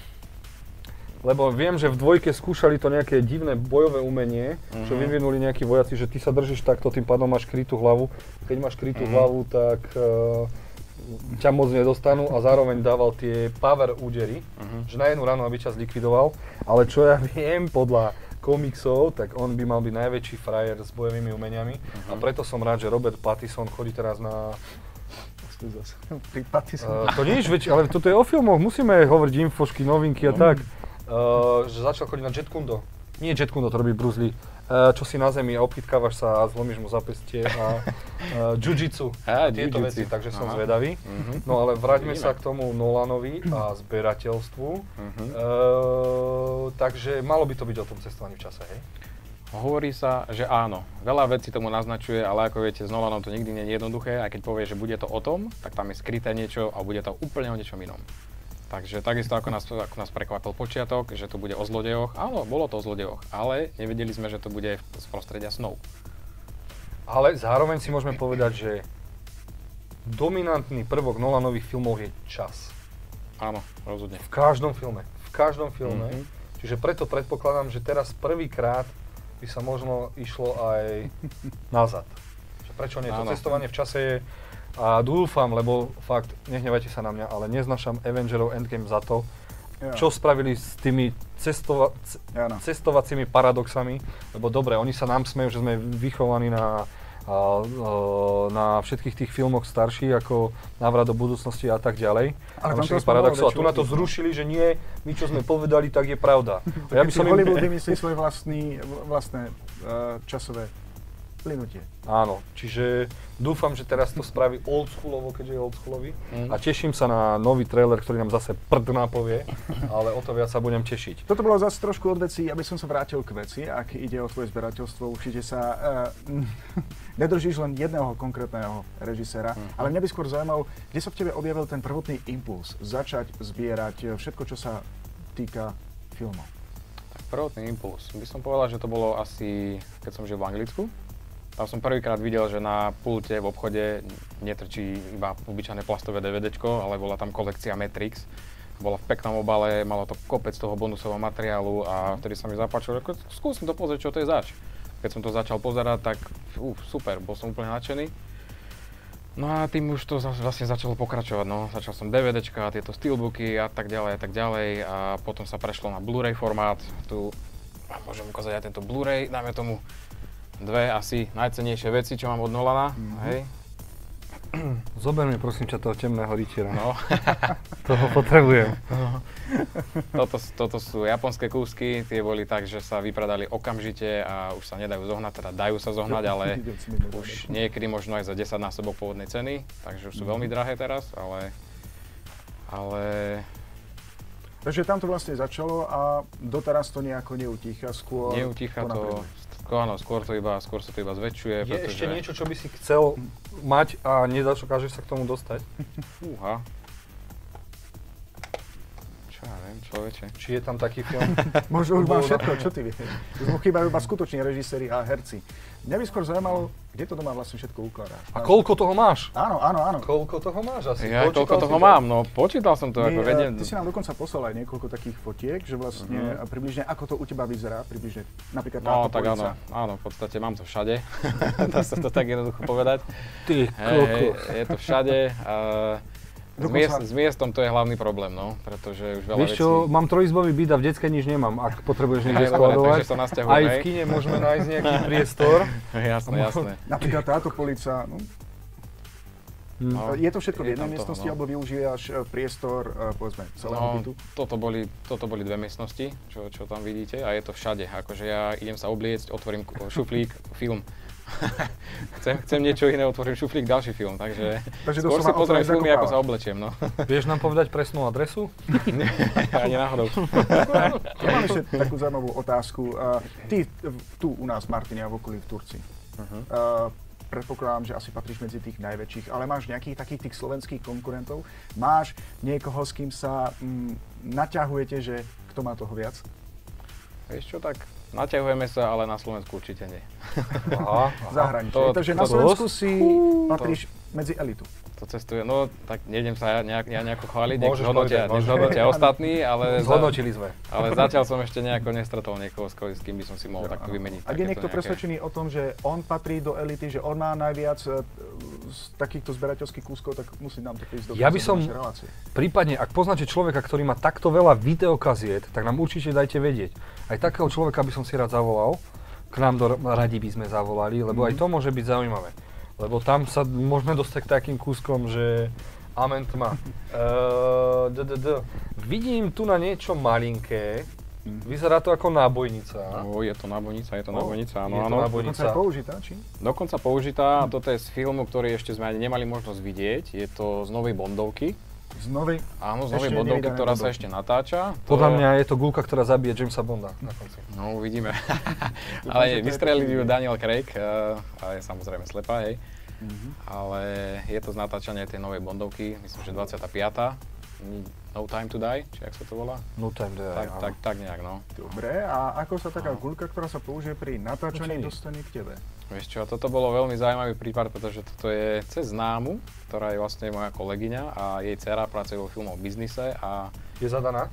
Lebo viem, že v dvojke skúšali to nejaké divné bojové umenie, mm-hmm. čo vyvinuli nejakí vojaci, že ty sa držíš takto, tým pádom máš krytú hlavu. Keď máš krytú mm-hmm. hlavu, tak uh, ťa moc nedostanú a zároveň dával tie power údery, mm-hmm. že na jednu ránu, aby ťa zlikvidoval. Ale čo ja viem podľa komiksov, tak on by mal byť najväčší frajer s bojovými umeniami. Mm-hmm. A preto som rád, že Robert Pattinson chodí teraz na... Pri Pattisonovi. Uh, to nič, veď, ale toto je o filmoch, musíme hovoriť infošky, novinky a tak. Uh, že začal chodiť na Jet Kundo. Nie Jet Kundo, to robí Bruce Lee. Uh, čo si na zemi a opýtkávaš sa a zlomíš mu zapestie a uh, jiu-jitsu a tieto veci, takže som Aha. zvedavý. Uh-huh. No ale vráťme sa k tomu Nolanovi a zberateľstvu. Uh-huh. Uh, takže malo by to byť o tom cestovaní v čase, hej? Hovorí sa, že áno. Veľa vecí tomu naznačuje, ale ako viete, s Nolanom to nikdy nie je jednoduché. Aj keď povie, že bude to o tom, tak tam je skryté niečo a bude to úplne o niečom inom. Takže takisto ako nás, ako nás prekvapil počiatok, že to bude o zlodejoch. Áno, bolo to o zlodejoch, ale nevedeli sme, že to bude z prostredia snov. Ale zároveň si môžeme povedať, že dominantný prvok Nolanových filmov je čas. Áno, rozhodne. V každom filme. V každom filme. Mm-hmm. Čiže preto predpokladám, že teraz prvýkrát by sa možno išlo aj nazad. Že prečo nie? To cestovanie v čase je... A dúfam, lebo fakt, nehnevajte sa na mňa, ale neznašam Avengerov Endgame za to, ja. čo spravili s tými cestova- c- ja, no. cestovacími paradoxami, lebo dobre, oni sa nám smejú, že sme vychovaní na, a, a, na všetkých tých filmoch starší, ako Návrat do budúcnosti a tak ďalej. Ale tam to paradoxov. A tu na to zrušili, že nie, my čo sme povedali, tak je pravda. Ja by som im... Hollywood vymyslí svoje vlastný, vlastné uh, časové plynutie. Áno, čiže dúfam, že teraz to spraví oldschoolovo, keďže je oldschoolový. Mm. A teším sa na nový trailer, ktorý nám zase prd napovie, ale o to viac sa budem tešiť. Toto bolo zase trošku od veci, aby som sa vrátil k veci. Ak ide o tvoje zberateľstvo, určite sa uh, nedržíš len jedného konkrétneho režiséra, mm. ale mňa by skôr zaujímalo, kde sa v tebe objavil ten prvotný impuls začať zbierať všetko, čo sa týka filmov. Tak prvotný impuls. By som povedal, že to bolo asi, keď som žil v Anglicku. Tam som prvýkrát videl, že na pulte v obchode netrčí iba obyčajné plastové DVDčko, ale bola tam kolekcia Matrix. Bola v peknom obale, malo to kopec toho bonusového materiálu a vtedy sa mi zapáčilo, že skúsim to pozrieť, čo to je zač. Keď som to začal pozerať, tak uf, super, bol som úplne nadšený. No a tým už to vlastne začalo pokračovať, no. Začal som DVDčka, tieto steelbooky a tak ďalej a tak ďalej a potom sa prešlo na Blu-ray formát. Tu môžem ukázať aj tento Blu-ray, dáme tomu dve asi najcennejšie veci, čo mám od Nolana, mm-hmm. hej. Zober mi prosím ťa toho temného rytiera. No. Toho potrebujem. No. Toto, toto sú japonské kúsky, tie boli tak, že sa vypredali okamžite a už sa nedajú zohnať, teda dajú sa zohnať, ale už niekedy možno aj za desaťnásobok pôvodnej ceny, takže už sú veľmi drahé teraz, ale... ale... Takže tam to vlastne začalo a doteraz to nejako neutícha, skôr... Neutícha to... Áno, skôr to iba, skôr sa to iba zväčšuje, Je pretože... ešte niečo, čo by si chcel mať a nedokážeš sa k tomu dostať? Fúha. Čo ja viem, človeče. Či je tam taký film? Možno už mám všetko, čo ty vieš. Už mu chýbajú iba skutoční režiséri a herci. Mňa by skôr zaujímalo, kde to doma vlastne všetko ukladáš. A koľko toho máš? Áno, áno, áno. Koľko toho máš asi? Ja koľko toho to? mám, no počítal som to, My, ako vedem. Ty si nám dokonca poslal aj niekoľko takých fotiek, že vlastne uh-huh. približne ako to u teba vyzerá, približne napríklad táto No tak polica. áno, áno, v podstate mám to všade, dá sa to tak jednoducho povedať. Ty hey, kokos. Hey, je to všade. Uh, S, miest, s miestom to je hlavný problém, no, pretože už veľa Vieš čo, vecí... mám trojizbový byt a v detskej nič nemám, ak potrebuješ niekde skladovať. Aj v kine môžeme nájsť nejaký priestor. Jasné, jasné. Napríklad táto polica, no. No, je to všetko v jednej miestnosti, toho, no. alebo využívaš priestor, povedzme, celého no, bytu? Toto boli, toto boli dve miestnosti, čo, čo tam vidíte, a je to všade. Akože ja idem sa obliecť, otvorím šuflík, film. chcem, chcem niečo iné, otvorím šuflík, ďalší film, takže, takže skôr si pozriem filmy, ako sa oblečiem, no. Vieš nám povedať presnú adresu? Ani náhodou. Ja mám ešte takú zaujímavú otázku. Uh, ty tu u nás, Martine, a v okolí v Turci. Uh-huh. Uh, predpokladám, že asi patríš medzi tých najväčších, ale máš nejakých takých tých slovenských konkurentov? Máš niekoho, s kým sa mm, naťahujete, že kto má toho viac? Vieš čo, tak naťahujeme sa, ale na Slovensku určite nie. Aha, zahraničie. Takže na Slovensku si patríš medzi elitu. To cestuje, no tak nejdem sa ja, nejak, ja nejako chváliť, nech zhodnotia, nech zhodnotia ostatní, ale, zhodnotili sme. ale zatiaľ som ešte nejako nestretol niekoho, s kým by som si mohol takto vymeniť. Ak je niekto nejaké... presvedčený o tom, že on patrí do elity, že on má najviac z takýchto zberateľských kúskov, tak musí nám to prísť do ja by som, prípadne, ak poznáte človeka, ktorý má takto veľa videokaziet, tak nám určite dajte vedieť. Aj takého človeka by som si rád zavolal, k nám do radi by sme zavolali, lebo mm-hmm. aj to môže byť zaujímavé. Lebo tam sa môžeme dostať k takým kúskom, že amen tma. Uh, d, d, d. Vidím tu na niečo malinké, Vyzerá to ako nábojnica. No, je to nábojnica, je to Oh, nábojnica, áno, je to áno. nábojnica. Dokonca je použitá, či? Dokonca použitá, toto je z filmu, ktorý ešte sme ani nemali možnosť vidieť. Je to z novej Bondovky. Z novej? Áno, z novej Ešte Bondovky, nevydané ktorá sa Bondovky. ešte natáča. Podľa mňa je to guľka, ktorá zabije Jamesa Bonda na konci. No, uvidíme. Dúfam, že Ale to je vystrelil ju pekný. Daniel Craig, uh, a je samozrejme slepá, hej. Mhm. Ale je to z natáčania tej novej Bondovky, myslím, že dvadsiata piata No Time to Die, či jak sa to volá? No time to Tak, tak, tak nejak, no. Dobre, a ako sa taká guľka, ktorá sa použije pri natáčaní, Počkej. dostane k tebe? Vieš čo, toto bolo veľmi zaujímavý prípad, pretože toto je cez známu, ktorá je vlastne moja kolegyňa a jej dcera pracuje vo filmovom biznise a Je zadaná?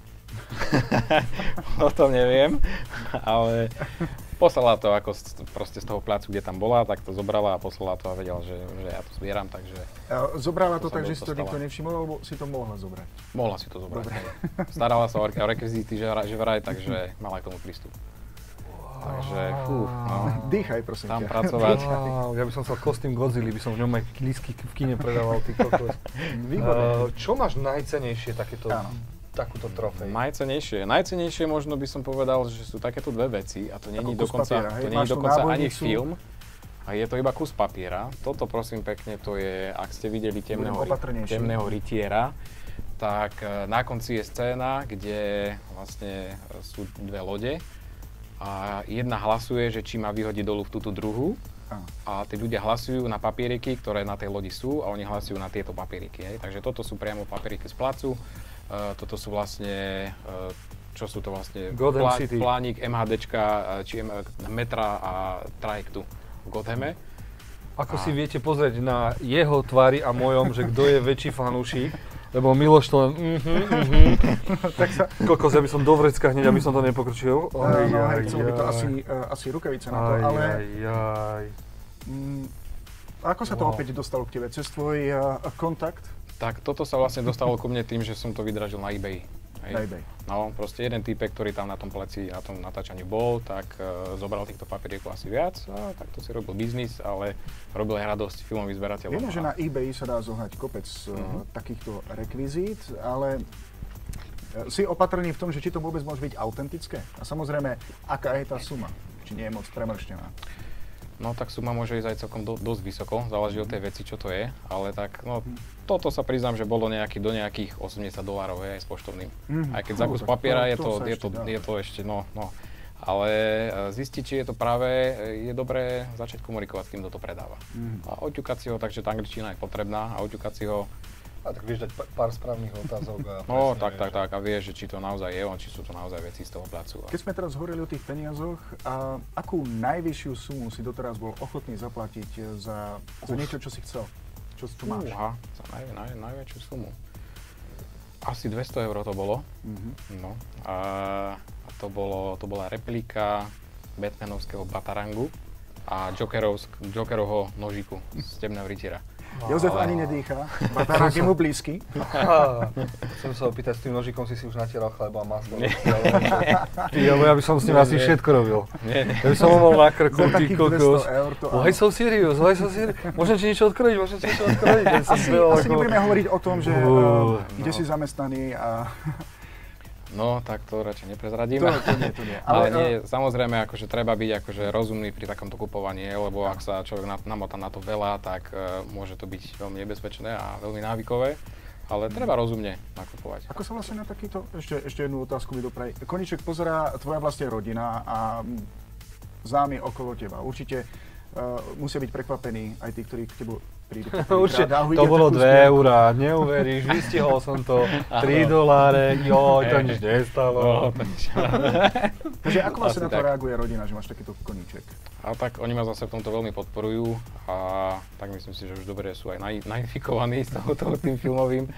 o tom neviem, ale poslala to ako z, proste z toho placu, kde tam bola, tak to zobrala a poslala to a vedela, že, že ja to zbieram, takže E, Zobrala to To sa tak, že si to dostala. nikto nevšimol, alebo si to mohla zobrať? mohla si to zobrať. hej. Starala sa o, re- o rekvizity, že, vraj- že vraj, takže mala k tomu prístup. Takže, fú, no, Dýchaj, prosím tam ťa. pracovať. Wow, ja by som chcel kostým Godzilla, by som v ňom aj lístky v kine predával, ty kokos. Výborné. Uh, čo máš najcenejšie takéto, Áno. takúto trofej? Najcenejšie. Najcenejšie možno by som povedal, že sú takéto dve veci a to není Ako kus dokonca, papiera, hej? to není Máš tú dokonca ani nábojnicu. film. A je to iba kus papiera. Toto prosím pekne, to je, ak ste videli temného, Budem opatrnejší. temného rytiera, tak e, na konci je scéna, kde vlastne e, sú dve lode a jedna hlasuje, že či má vyhodiť dolu v túto druhú. Áno. A tí ľudia hlasujú na papieriky, ktoré na tej lodi sú a oni hlasujú na tieto papieriky. Hej. Takže toto sú priamo papieriky z placu. Uh, toto sú vlastne, uh, čo sú to vlastne? Gotham City. Plánik MHDčka, uh, či M- metra a trajektu v Gothame. Ako si viete pozrieť na jeho tvári a mojom, že kto je väčší fanúšik, lebo Miloš to len mhm, mhm. Tak sa... Kokos, ja by som do vrecka hneď, aby som to nepokročil. Aj, no, hej, chcelo by to asi, uh, asi rukavice na to, Aj, ale aj, aj. mm, ako sa to Wow. opäť dostalo k tebe? Cez tvoj uh, kontakt Tak toto sa vlastne dostalo ku mne tým, že som to vydražil na eBay. Hej. na eBay? No, proste jeden týpek, ktorý tam na tom pleci, na tom natáčaní bol, tak uh, zobral týchto papierikov asi viac a takto si robil biznis, ale robil aj radosť filmovým zberateľom. Vieme, že A- na eBay sa dá zohnať kopec uh, Mhm. takýchto rekvizít, ale uh, si opatrný v tom, že či to vôbec môže byť autentické. A samozrejme, aká je tá suma? Či nie je moc premrštená? No tak suma môže ísť aj celkom do, dosť vysoko, záleží od tej veci, čo to je, ale tak no toto sa priznám, že bolo nejaký, do nejakých osemdesiat dolárov aj s poštovným. Mhm. Aj keď za No, kus tak papiera to- je to to, sa je, ešte to, dá. je to ešte, no, no. Ale e, zistiť, či je to práve, e, je dobré začať komunikovať s tým, kto to predáva. Mhm. A oťukať si ho, takže tá angličtina je potrebná a oťukať si ho, A tak vieš dať pa- pár správnych otázok a no presne tak, vieš, tak, tak a vieš, že či to naozaj je on, či sú to naozaj veci z toho placu. A- Keď sme teraz hovorili o tých peniazoch, a akú najvyššiu sumu si doteraz bol ochotný zaplatiť za, za niečo, čo si chcel? Čo, čo máš? Fúha, za naj, naj, najväčšiu sumu. Asi dvesto eur to bolo. Mhm. No. A, a to, bolo, to bola replika Batmanovského Batarangu a Jokerovsk, Jokerovho nožíku z temného rytiera. Jozef ani nedýchá, Batarák je mu blízky. Á, Chcem sa opýtať, s tým nožikom si si už natieral chleba a maslo. Nie. Ty, lebo ja by som s ním Nie, asi nie. všetko robil. Nie, nie. Ja by som ho mal na krku, Za ty takých kokos. dvesto eur to Why áno. so serious, why so serious? Môžem ti niečo odkrojiť, môžem ti niečo odkrojiť. Ja som Asi, bol asi ako- nebudeme hovoriť o tom, že Uh, uh, kde no. si zamestnaný a... No, tak to radšej neprezradím. To, to nie, to nie. Ale, Ale, nie, uh, samozrejme, akože treba byť akože rozumný pri takomto kupovaní, lebo ak sa človek na- namotá na to veľa, tak uh, môže to byť veľmi nebezpečné a veľmi návykové. Ale treba rozumne nakupovať. ako sa vlastne na takýto... Ešte, ešte jednu otázku mi dopraví. Koníček pozerá tvoja vlastne rodina a mm, známi okolo teba. Určite uh, musia byť prekvapení aj tí, ktorí k tebu prídu. Určite, poprvýkrát a to uvidia bolo takú dve zbierku. eurá, neuveríš, vystihol som to, tri doláre, joj, to nič nestalo. No, to nič. Takže ako vlastne Asi na to tak. reaguje rodina, že máš takýto koníček? A tak oni ma zase v tomto veľmi podporujú a tak myslím si, že už dobre sú aj naj, nainfikovaní s touto tým filmovým.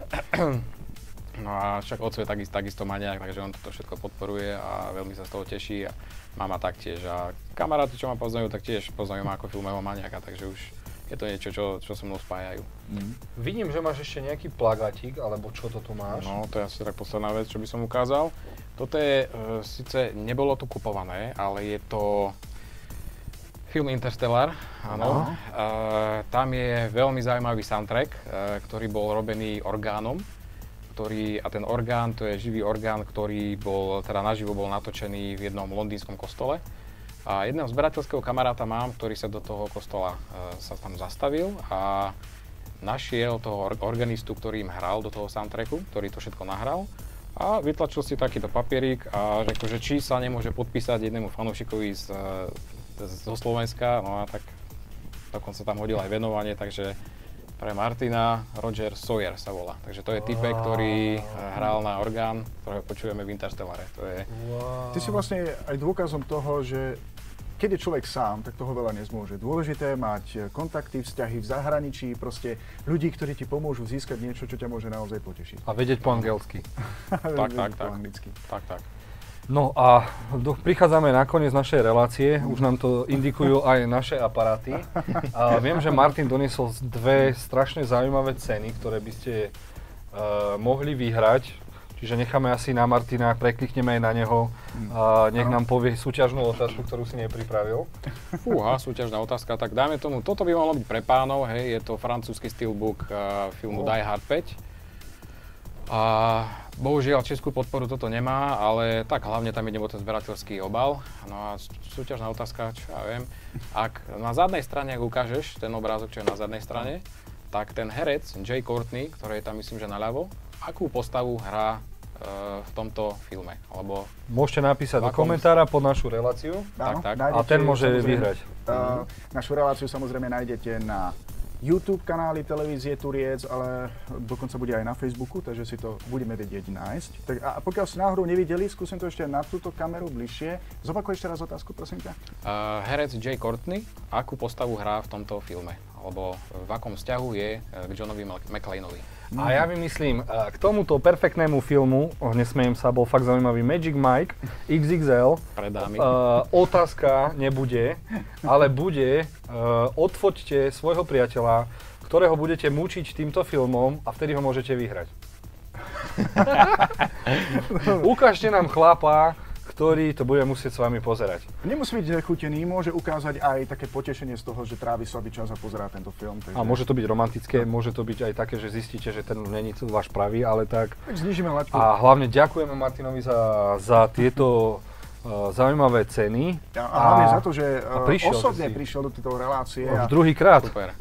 No a však otco je takisto, takisto maniak, takže on toto všetko podporuje a veľmi sa z toho teší a mama taktiež. A kamaráti, čo ma poznajú, tak tiež poznajú ma ako filmového maniaka, takže už je to niečo, čo, čo so mnou spájajú. Vidím, že máš ešte nejaký plagátik, alebo čo to tu máš? No, to je asi tak posledná vec, čo by som ukázal. Toto je, e, síce nebolo tu kupované, ale je to film Interstellar, áno. No. E, tam je veľmi zaujímavý soundtrack, e, ktorý bol robený orgánom ktorý, a ten orgán, to je živý orgán, ktorý bol, teda naživo bol natočený v jednom londýnskom kostole. A jedného zberateľského kamaráta mám, ktorý sa do toho kostola e, sa tam zastavil a našiel toho organistu, ktorý im hral do toho soundtracku, ktorý to všetko nahral. A vytlačil si takýto papierík a řekl, že či sa nemôže podpísať jednému fanúšikovi z, zo Slovenska, no a tak dokonca tam hodil aj venovanie, takže pre Martina Roger Sawyer sa volá. Takže to je typek, ktorý hral na orgán, ktorého počujeme v Interstellare. To je... Wow. Ty si vlastne aj dôkazom toho, že keď je človek sám, tak toho veľa nezmôže. Dôležité je mať kontakty, vzťahy v zahraničí, proste ľudí, ktorí ti pomôžu získať niečo, čo ťa môže naozaj potešiť. A vedieť po anglicky. tak, tak, tak. tak, tak. No a do, prichádzame na koniec našej relácie, už nám to indikujú aj naše aparáty. A viem, že Martin doniesol dve strašne zaujímavé ceny, ktoré by ste uh, mohli vyhrať. Čiže necháme asi na Martina, preklikneme aj na neho a nech nám povie súťažnú otázku, ktorú si nepripravil. Fúha, súťažná otázka, tak dáme tomu, toto by malo byť pre pánov, hej, je to francúzsky steelbook uh, filmu oh. Die Hard päť. A bohužiaľ českú podporu toto nemá, ale tak hlavne tam ide o ten zberateľský obal. No a súťažná otázka, čo ja viem, ak na zadnej strane, ak ukážeš ten obrázok, čo je na zadnej strane, tak ten herec Jay Courtney, ktorý je tam myslím, že naľavo, akú postavu hrá e, v tomto filme? Alebo môžete napísať do komentára pod našu reláciu. Áno, tak, tak. A ten môže vyhrať. Uh, našu reláciu samozrejme nájdete na YouTube kanály televízie Turiec, ale dokonca bude aj na Facebooku, takže si to budeme vedieť nájsť. Tak a pokiaľ ste náhodou nevideli, skúsim to ešte na túto kameru bližšie. Zopakuj ešte raz otázku, prosím ťa. Uh, herec Jay Courtney, akú postavu hrá v tomto filme? Alebo v akom vzťahu je k Johnovi McClaneovi? A ja vymyslím, k tomuto perfektnému filmu, oh, nesmiem sa, bol fakt zaujímavý, Magic Mike iks iks el. Pre dámy. Uh, otázka nebude, ale bude, uh, odfoťte svojho priateľa, ktorého budete mučiť týmto filmom a vtedy ho môžete vyhrať. Ukážte nám chlapa, ktorý to bude musieť s vami pozerať. Nemusí byť nechutený, môže ukázať aj také potešenie z toho, že trávi slabý čas a pozerá tento film. Takže... A môže to byť romantické, môže to byť aj také, že zistíte, že ten není váš pravý, ale tak... Tak znižíme laťku. A hlavne ďakujeme Martinovi za, za tieto uh, zaujímavé ceny. A, a hlavne za to, že uh, prišiel, osobne si... prišiel do tejto relácie. A... Druhýkrát. Super.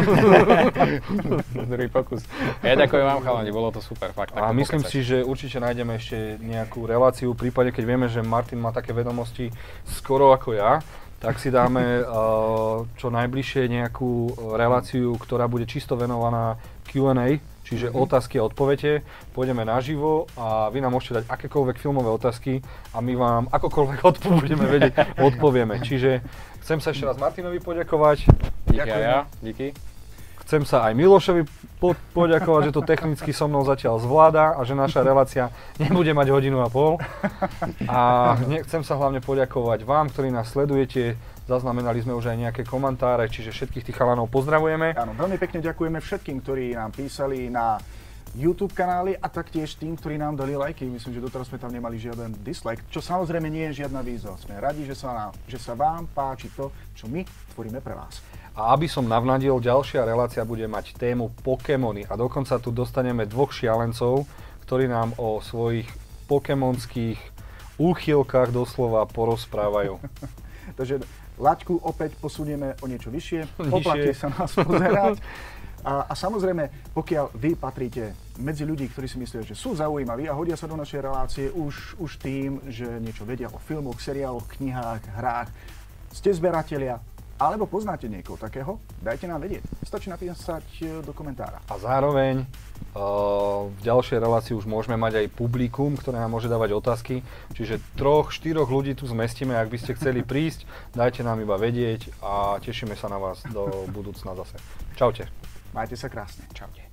Druhý pokus. Ja ďakujem vám, chalani, bolo to super, fakt. A myslím pokecať. Si, že určite nájdeme ešte nejakú reláciu, v prípade, keď vieme, že Martin má také vedomosti skoro ako ja, tak si dáme uh, čo najbližšie nejakú reláciu, ktorá bude čisto venovaná Q and A, čiže mm-hmm. otázky a odpovede. Pôjdeme naživo a vy nám môžete dať akékoľvek filmové otázky a my vám akokoľvek odpo- budeme vedieť, odpovieme. Čiže chcem sa ešte raz Martinovi poďakovať. Díky aj ja, díky. Chcem sa aj Milošovi po- poďakovať, že to technicky so mnou zatiaľ zvláda a že naša relácia nebude mať hodinu a pol. A chcem sa hlavne poďakovať vám, ktorí nás sledujete. Zaznamenali sme už aj nejaké komentáre, čiže všetkých tých chalanov pozdravujeme. Áno, veľmi pekne ďakujeme všetkým, ktorí nám písali na YouTube kanály a taktiež tým, ktorí nám dali lajky. Myslím, že doteraz sme tam nemali žiaden dislike, čo samozrejme nie je žiadna výzva. Sme radi, že sa, nám, že sa vám páči to, čo my tvoríme pre vás. A aby som navnadil, ďalšia relácia bude mať tému Pokémony a dokonca tu dostaneme dvoch šialencov, ktorí nám o svojich pokémonských úchylkách doslova porozprávajú. Takže laťku opäť posunieme o niečo vyššie, oplatí sa nás pozerať. A, a samozrejme, pokiaľ vy patríte medzi ľudí, ktorí si myslia, že sú zaujímaví a hodia sa do našej relácie už, už tým, že niečo vedia o filmoch, seriáloch, knihách, hrách, ste zberatelia, alebo poznáte niekoho takého, dajte nám vedieť. Stačí napísať do komentára. A zároveň uh, v ďalšej relácii už môžeme mať aj publikum, ktoré nám môže dávať otázky. Čiže troch, štyroch ľudí tu zmestíme, ak by ste chceli prísť, dajte nám iba vedieť a tešíme sa na vás do budúcna zase. Čaute. Majte sa krásne. Čaute.